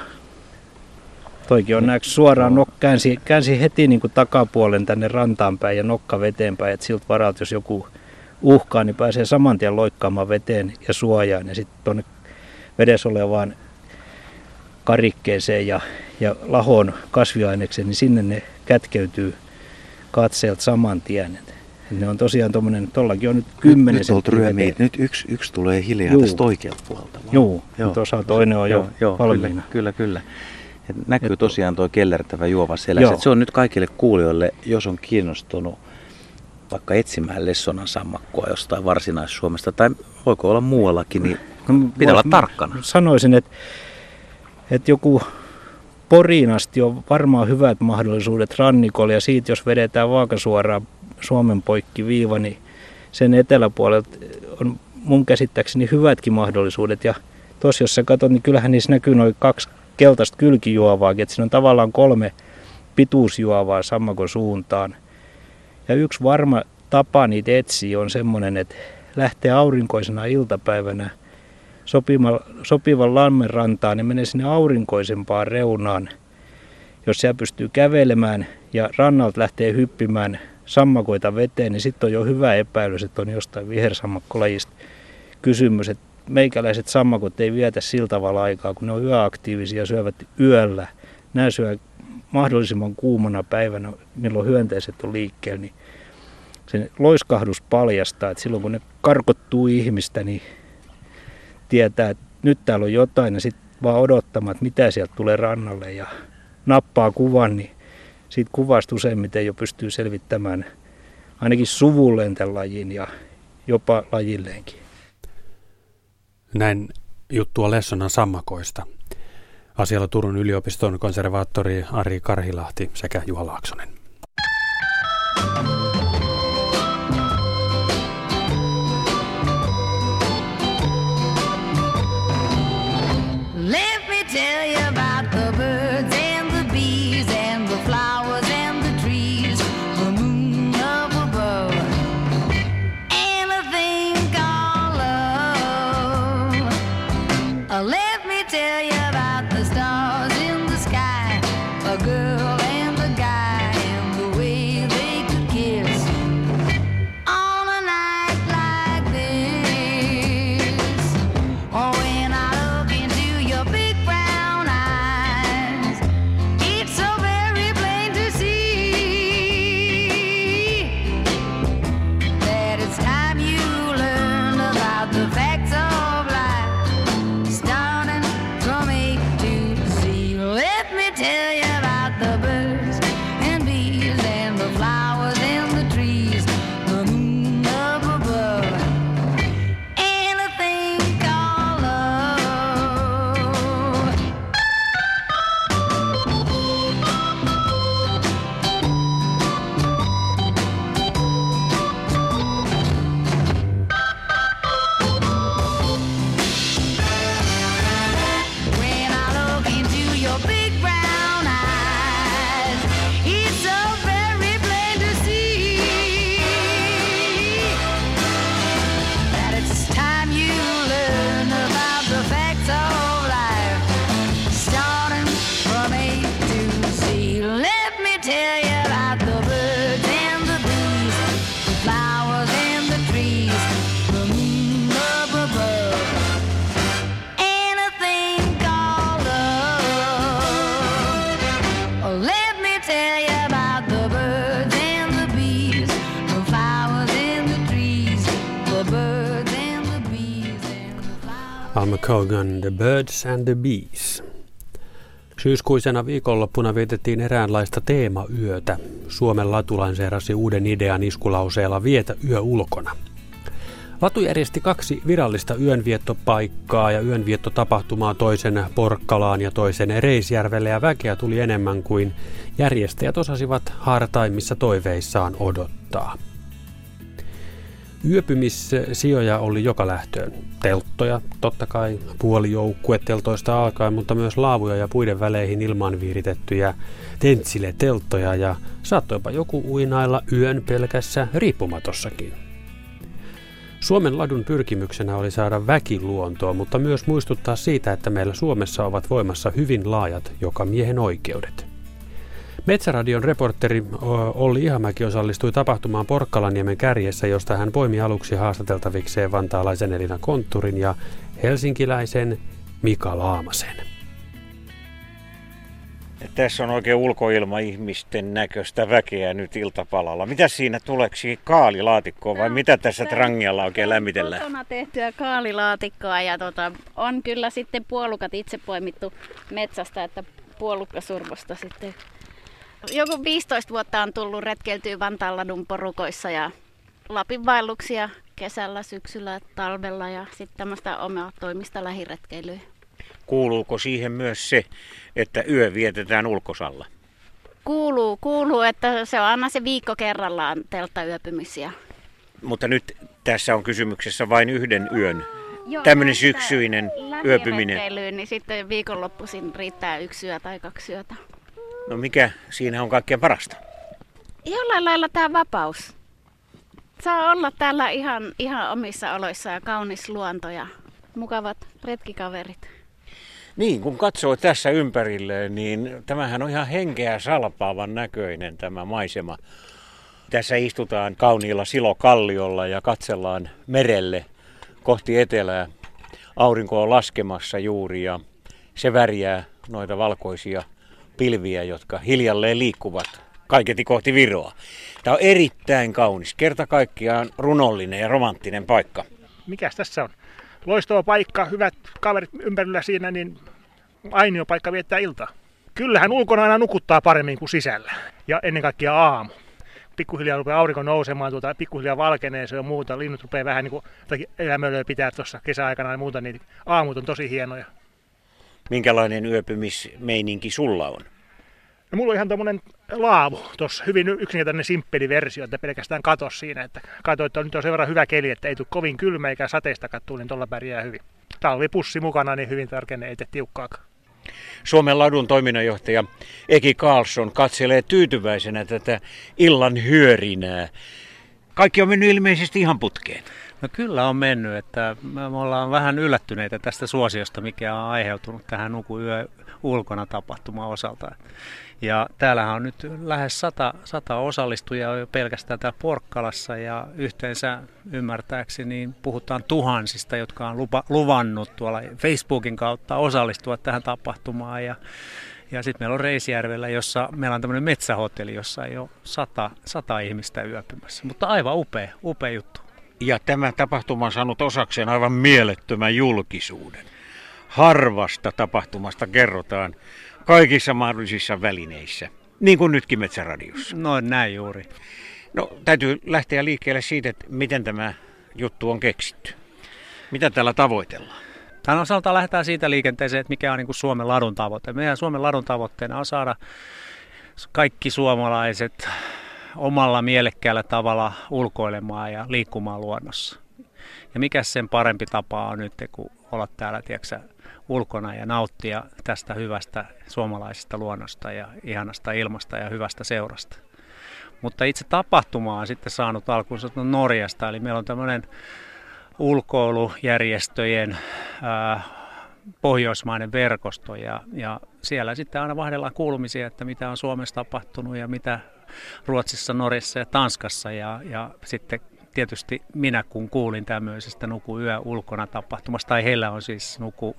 Toikin on näeksi suoraan käänsi heti niin kuin takapuolen tänne rantaan päin ja nokka veteen päin, että siltä varalta, jos joku uhkaa, niin pääsee saman tien loikkaamaan veteen ja suojaan ja sitten tuonne vedessä olevaan karikkeeseen ja lahoon kasviainekseen, niin sinne ne kätkeytyy katseelta saman tien. Ne on tosiaan tuommoinen, tuollakin on nyt 10 senttiä. Nyt yksi tulee hiljaa tästä oikealta puolta. Joo, tuossa toinen on jo valmiina. Kyllä. Et näkyy tosiaan tuo kellertävä juova selässä. Se on nyt kaikille kuulijoille, jos on kiinnostunut vaikka etsimään Lessonan sammakkoa jostain Varsinais-Suomesta, tai voiko olla muuallakin, niin pitää olla tarkkana. Sanoisin, että joku Poriin asti on varmaan hyvät mahdollisuudet rannikolle, ja siitä jos vedetään vaakasuoraan Suomen poikki viiva, niin sen eteläpuolelta on mun käsittääkseni hyvätkin mahdollisuudet. Ja tuossa jos sä katsot, niin kyllähän niissä näkyy noin 2 keltaista kylkijuovaakin, että siinä on tavallaan 3 pituusjuovaa sammakon suuntaan. Ja yksi varma tapa niitä etsiä on semmoinen, että lähtee aurinkoisena iltapäivänä sopivan lammen rantaan ja menee sinne aurinkoisempaan reunaan. Jos siellä pystyy kävelemään ja rannalta lähtee hyppimään sammakoita veteen, niin sitten on jo hyvä epäilys, että on jostain vihersammakkolajista kysymys. Että meikäläiset sammakot ei vietä sillä tavalla aikaa, kun ne on yöaktiivisia ja syövät yöllä. Nämä syö mahdollisimman kuumana päivänä, milloin hyönteiset on liikkeellä, niin sen loiskahdus paljastaa, että silloin kun ne karkottuu ihmistä, niin tietää, että nyt täällä on jotain ja sitten vaan odottamaan, että mitä sieltä tulee rannalle ja nappaa kuvan, niin siitä kuvasta useimmiten jo pystyy selvittämään ainakin suvulleen tämän lajin ja jopa lajilleenkin. Näin juttua Lessonan sammakoista. Asialla Turun yliopiston konservaattori Ari Karhilahti sekä Juha Laaksonen. Let me tell you about the birds and the bees and the flowers and the trees, the moon up above, and a thing called love. Let me tell you about the stars in the sky, a girl and a guy, and the way they could kiss on a night like this. Oh, when I look into your big brown eyes, it's so very plain to see that it's time you learn about the facts of life, starting from A to Z. Let me tell you about the birds and bees and the flowers and the trees, the moon up above, and a thing called love. When I look into your big brown eyes, it's so very plain to see that it's time you learn about the facts of life, starting from A to Z. Let me tell you about the birds and the bees, the flowers and the trees, the moon up above, and a thing called love. Let me tell you about the birds and the bees, the flowers and the trees, the birds and the bees. Alma Cogan, The Birds and the Bees. Syyskuisena viikonloppuna vietettiin eräänlaista teemayötä. Suomen Latu lanseerasi uuden idean iskulauseella Vietä yö ulkona. Latu järjesti 2 virallista yönviettopaikkaa ja yönviettotapahtumaa, toisen Porkkalaan ja toisen Reisjärvelle, ja väkeä tuli enemmän kuin järjestäjät osasivat hartaimmissa toiveissaan odottaa. Yöpymissijoja oli joka lähtöön. Telttoja, totta kai, puolijoukkueteltoista alkaen, mutta myös laavuja ja puiden väleihin ilmaan viiritettyjä tentsile-telttoja, ja saattoipa joku uinailla yön pelkässä riippumatossakin. Suomen Ladun pyrkimyksenä oli saada väki luontoon, mutta myös muistuttaa siitä, että meillä Suomessa ovat voimassa hyvin laajat jokamiehen oikeudet. Metsäradion reporteri Olli Ihamäki osallistui tapahtumaan Porkkalanniemen Kärjessä, josta hän poimi aluksi haastateltavikseen vantaalaisen Elina Kontturin ja helsinkiläisen Mika Laamasen. Tässä on oikein ulkoilma-ihmisten näköistä väkeä nyt iltapalalla. Mitä siinä tuleeksi kaalilaatikkoa vai mitä tässä trangialla oikein lämmitellään? Kotona tehtyä kaalilaatikkoa ja on kyllä sitten puolukat itse poimittu metsästä, että puolukkasurvosta sitten. Joku 15 vuotta on tullut retkeiltyä Vantaanladun porukoissa ja Lapin vaelluksia kesällä, syksyllä, talvella ja sitten tämmöistä omaa toimista lähiretkeilyä. Kuuluuko siihen myös se, että yö vietetään ulkosalla? Kuuluu, että se on aina se viikko kerrallaan telttayöpymisiä. Mutta nyt tässä on kysymyksessä vain yhden yön, tämmöinen syksyinen yöpyminen. Niin sitten viikonloppuisin riittää 1 yö tai 2 yötä. No mikä siinä on kaikkein parasta? Jollain lailla tämä vapaus. Saa olla täällä ihan omissa oloissa ja kaunis luonto ja mukavat retkikaverit. Niin, kun katsoo tässä ympärilleen, niin tämähän on ihan henkeä salpaavan näköinen tämä maisema. Tässä istutaan kauniilla silokalliolla ja katsellaan merelle kohti etelää. Aurinko on laskemassa juuri ja se värjää noita valkoisia pilviä, jotka hiljalleen liikkuvat kaiketi kohti Viroa. Tämä on erittäin kaunis, kerta kaikkiaan runollinen ja romanttinen paikka. Mikäs tässä on? Loistava paikka, hyvät kaverit ympärillä siinä, niin ainio paikka viettää iltaa. Kyllähän ulkona aina nukuttaa paremmin kuin sisällä. Ja ennen kaikkea aamu. Pikkuhiljaa rupeaa aurinko nousemaan, pikkuhiljaa valkenee se ja muuta. Linnut rupeaa vähän niin kuin elämölyä pitää tuossa kesäaikana ja muuta, niin aamut on tosi hienoja. Minkälainen yöpymismeininki sulla on? No, mulla on ihan tommonen laavu tuossa, hyvin yksinkertainen simppeli versio, että pelkästään katos siinä, että katsoin, että nyt on sen verran hyvä keli, että ei tule kovin kylmä eikä sateista kattua, niin tuolla pärjää hyvin. Talvipussi mukana, niin hyvin tarkenne, ei tee tiukkaakaan. Suomen ladun toiminnanjohtaja Eki Karlsson katselee tyytyväisenä tätä illan hyörinää. Kaikki on mennyt ilmeisesti ihan putkeen. No kyllä on mennyt, että me ollaan vähän yllättyneitä tästä suosiosta, mikä on aiheutunut tähän Nuku yö ulkona -tapahtuman osalta. Ja täällähän on nyt lähes 100 osallistujaa jo pelkästään täällä Porkkalassa ja yhteensä ymmärtääkseni niin puhutaan tuhansista, jotka on luvannut tuolla Facebookin kautta osallistua tähän tapahtumaan. Ja sitten meillä on Reisjärvellä, jossa meillä on tämmöinen metsähotelli, jossa ei ole 100 ihmistä yöpymässä, mutta aivan upea juttu. Ja tämä tapahtuma on saanut osakseen aivan mielettömän julkisuuden. Harvasta tapahtumasta kerrotaan kaikissa mahdollisissa välineissä, niin kuin nytkin Metsäradiossa. No näin juuri. No täytyy lähteä liikkeelle siitä, että miten tämä juttu on keksitty. Mitä täällä tavoitellaan? Tämän osalta lähdetään siitä liikenteeseen, että mikä on niin kuin Suomen ladun tavoite. Meidän Suomen ladun tavoitteena on saada kaikki suomalaiset omalla mielekkäällä tavalla ulkoilemaan ja liikkumaan luonnossa. Ja mikä sen parempi tapa on nyt, kun olla täällä ulkona ja nauttia tästä hyvästä suomalaisesta luonnosta ja ihanasta ilmasta ja hyvästä seurasta. Mutta itse tapahtuma on sitten saanut alkuunsa Norjasta, eli meillä on tämmöinen ulkoilujärjestöjen pohjoismainen verkosto ja siellä sitten aina vaihdellaan kuulumisia, että mitä on Suomessa tapahtunut ja mitä Ruotsissa, Norjassa ja Tanskassa ja sitten tietysti minä kun kuulin tämmöisestä Nuku yö ulkona -tapahtumasta, tai heillä on siis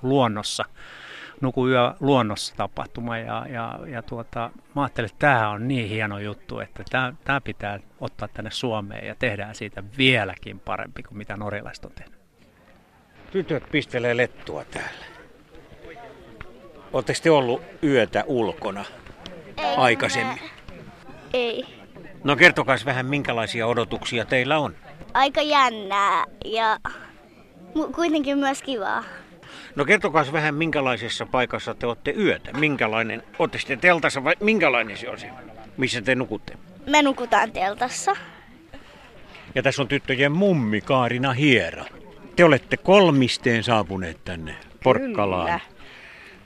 Nuku yö luonnossa -tapahtuma ja mä ajattelin, että tämä on niin hieno juttu, että tämä pitää ottaa tänne Suomeen ja tehdään siitä vieläkin parempi kuin mitä norjalaiset on tehnyt. Tytöt pistelee lettua täällä. Oletteko te ollut yötä ulkona aikaisemmin? Ei. No kertokaa vähän, minkälaisia odotuksia teillä on? Aika jännää ja kuitenkin myös kivaa. No kertokaa vähän, minkälaisessa paikassa te olette yötä. Minkälainen, olette sitten teltassa vai minkälainen se on se, missä te nukutte? Me nukutaan teltassa. Ja tässä on tyttöjen mummi Kaarina Hiera. Te olette kolmisteen saapuneet tänne Porkkalaan. Kyllä.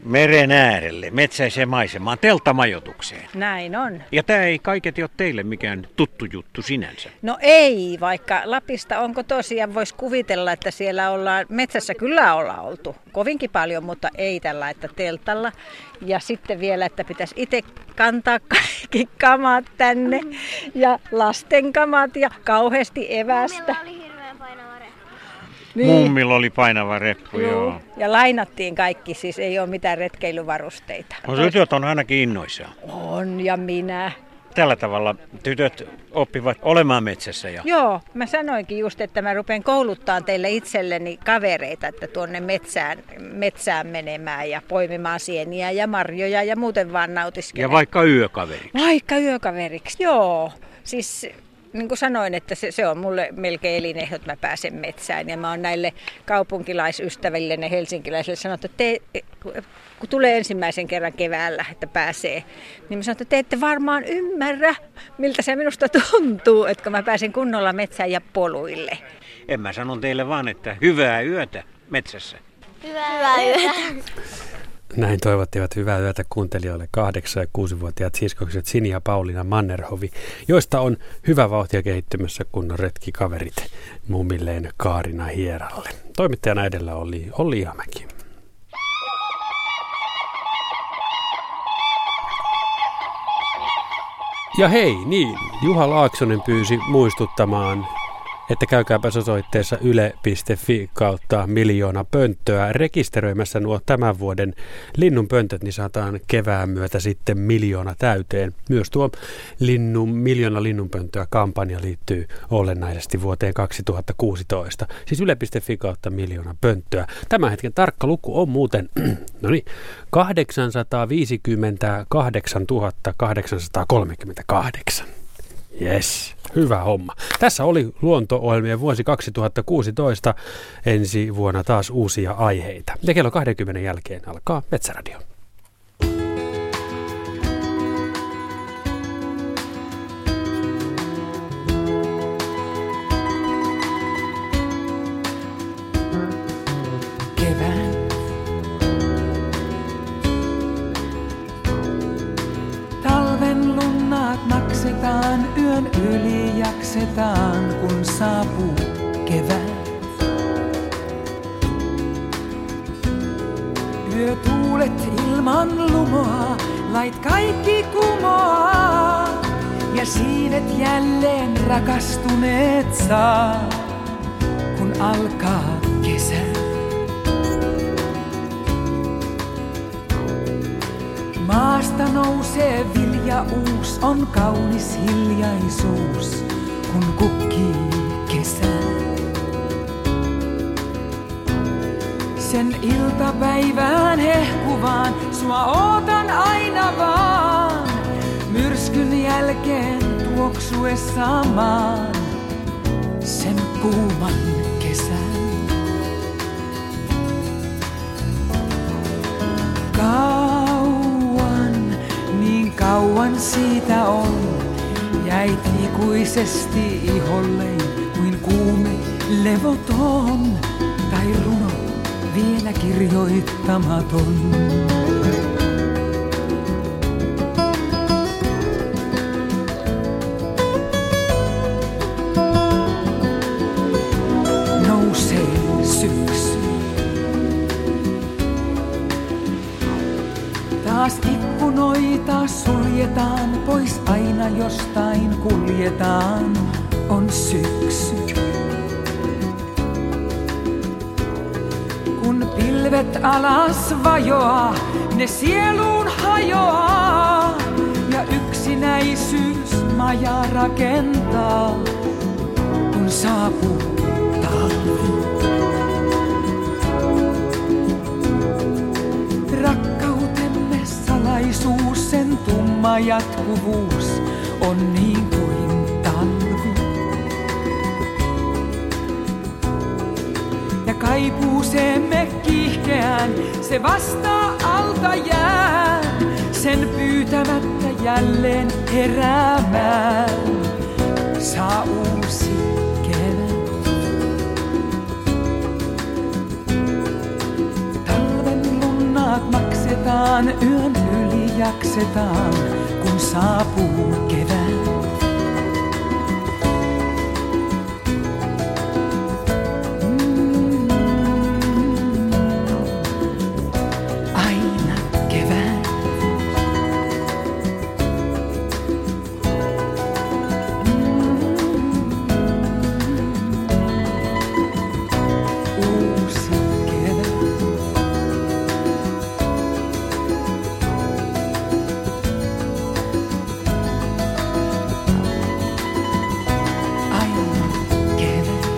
Meren äärelle, metsäiseen maisemaan, telttamajoitukseen. Näin on. Ja tämä ei kaiketi ole teille mikään tuttu juttu sinänsä. No ei, vaikka Lapista onko tosiaan, voisi kuvitella, että siellä ollaan, metsässä kyllä ollaan oltu kovinkin paljon, mutta ei tällä, että teltalla. Ja sitten vielä, että pitäisi itse kantaa kaikki kamat tänne ja lasten kamat ja kauheasti evästä. Niin. Mummilla oli painava reppu, joo. Ja lainattiin kaikki, siis ei ole mitään retkeilyvarusteita. Tytöt on ainakin innoissaan. On, ja minä. Tällä tavalla tytöt oppivat olemaan metsässä. Joo, mä sanoinkin just, että mä rupean kouluttaa teille itselleni kavereita, että tuonne metsään menemään ja poimimaan sieniä ja marjoja ja muuten vaan nautiskelemaan. Ja vaikka yökaveriksi. Vaikka yökaveriksi, joo. Siis niin kuin sanoin, että se on mulle melkein elinehto, että mä pääsen metsään. Ja mä oon näille kaupunkilaisystäville, ne helsinkiläisille sanonut, että kun tulee ensimmäisen kerran keväällä, että pääsee, niin mä sanon, että te ette varmaan ymmärrä, miltä se minusta tuntuu, että kun mä pääsen kunnolla metsään ja poluille. En mä sanon teille vaan, että hyvää yötä metsässä. Hyvää yötä. Näin toivottivat hyvää yötä kuuntelijoille 8- ja 6-vuotiaat siskokset Sini ja Pauliina Mannerhovi, joista on hyvä vauhtia kehittymässä kunnon retkikaverit mummilleen Kaarina Hieralle. Toimittajana edellä oli Olli Ihamäki. Ja hei, niin, Juha Laaksonen pyysi muistuttamaan, että käykääpäs osoitteessa yle.fi/miljoona pönttöä rekisteröimässä nuo tämän vuoden linnunpöntöt, niin saadaan kevään myötä sitten 1 miljoona täyteen. Myös tuo miljoona linnunpönttöä kampanja liittyy olennaisesti vuoteen 2016. Siis yle.fi/miljoona pönttöä. Tämän hetken tarkka luku on muuten 858 838. Yes, hyvä homma. Tässä oli luonto-ohjelmien vuosi 2016. Ensi vuonna taas uusia aiheita. Ja kello 20 jälkeen alkaa Metsäradio. Yön yli jaksetaan, kun saapuu kevät. Yötuulet ilman lumoa, lait kaikki kumoaa. Ja siivet jälleen rakastuneet saa, kun alkaa kesä. Maasta nousee vilja uus, on kaunis hiljaisuus, kun kukkii kesä. Sen iltapäivään hehkuvaan, sua ootan aina vaan. Myrskyn jälkeen tuoksuessa maan, sen kuuman kesän. Kauan siitä on, jäit ikuisesti iholleen kuin kuume levoton tai runo vielä kirjoittamaton. Nousee syksy. Taas ikkunoita suljetaan, pois aina jostain kuljetaan, on syksy. Kun pilvet alas vajoaa, ne sieluun hajoaa, ja yksinäisyys majaa rakentaa, kun saapuu talvi. Salaisuus, sen tumma jatkuvuus on niin kuin talvi. Ja kaipuuseemme kiihkeään, se vastaa alta jää, sen pyytämättä jälleen heräämään. Saa uusi kevät. Talven lunnaat maksetaan. vaan yön yli jaksetaan, kun saapuu kevät. Aina kevät. Uusi kevät. Aina kevät.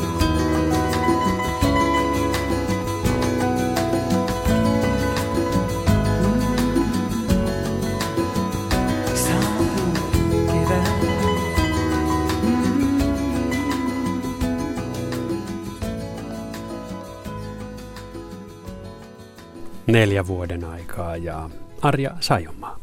4 vuoden aikaa ja Arja Saijonmaa.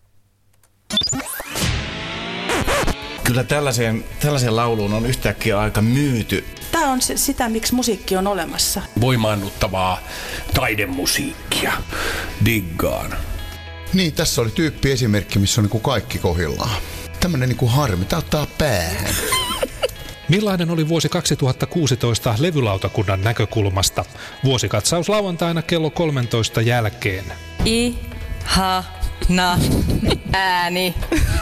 Kyllä tällaiseen lauluun on yhtäkkiä aika myyty. Tämä on sitä, miksi musiikki on olemassa. Voimaannuttavaa taidemusiikkia. Diggaan. Niin, tässä oli tyyppiesimerkki, missä on niin kuin kaikki kohdillaan. Tämmöinen niin kuin harmi, tää ottaa päähän. Millainen oli vuosi 2016 levylautakunnan näkökulmasta? Vuosikatsaus lauantaina kello 13 jälkeen. Ihana ääni.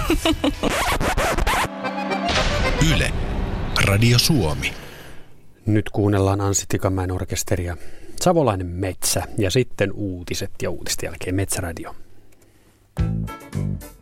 Yle. Radio Suomi. Nyt kuunnellaan Anssi Tikamäen orkesteria. Savolainen metsä ja sitten uutiset ja uutisten jälkeen Metsäradio.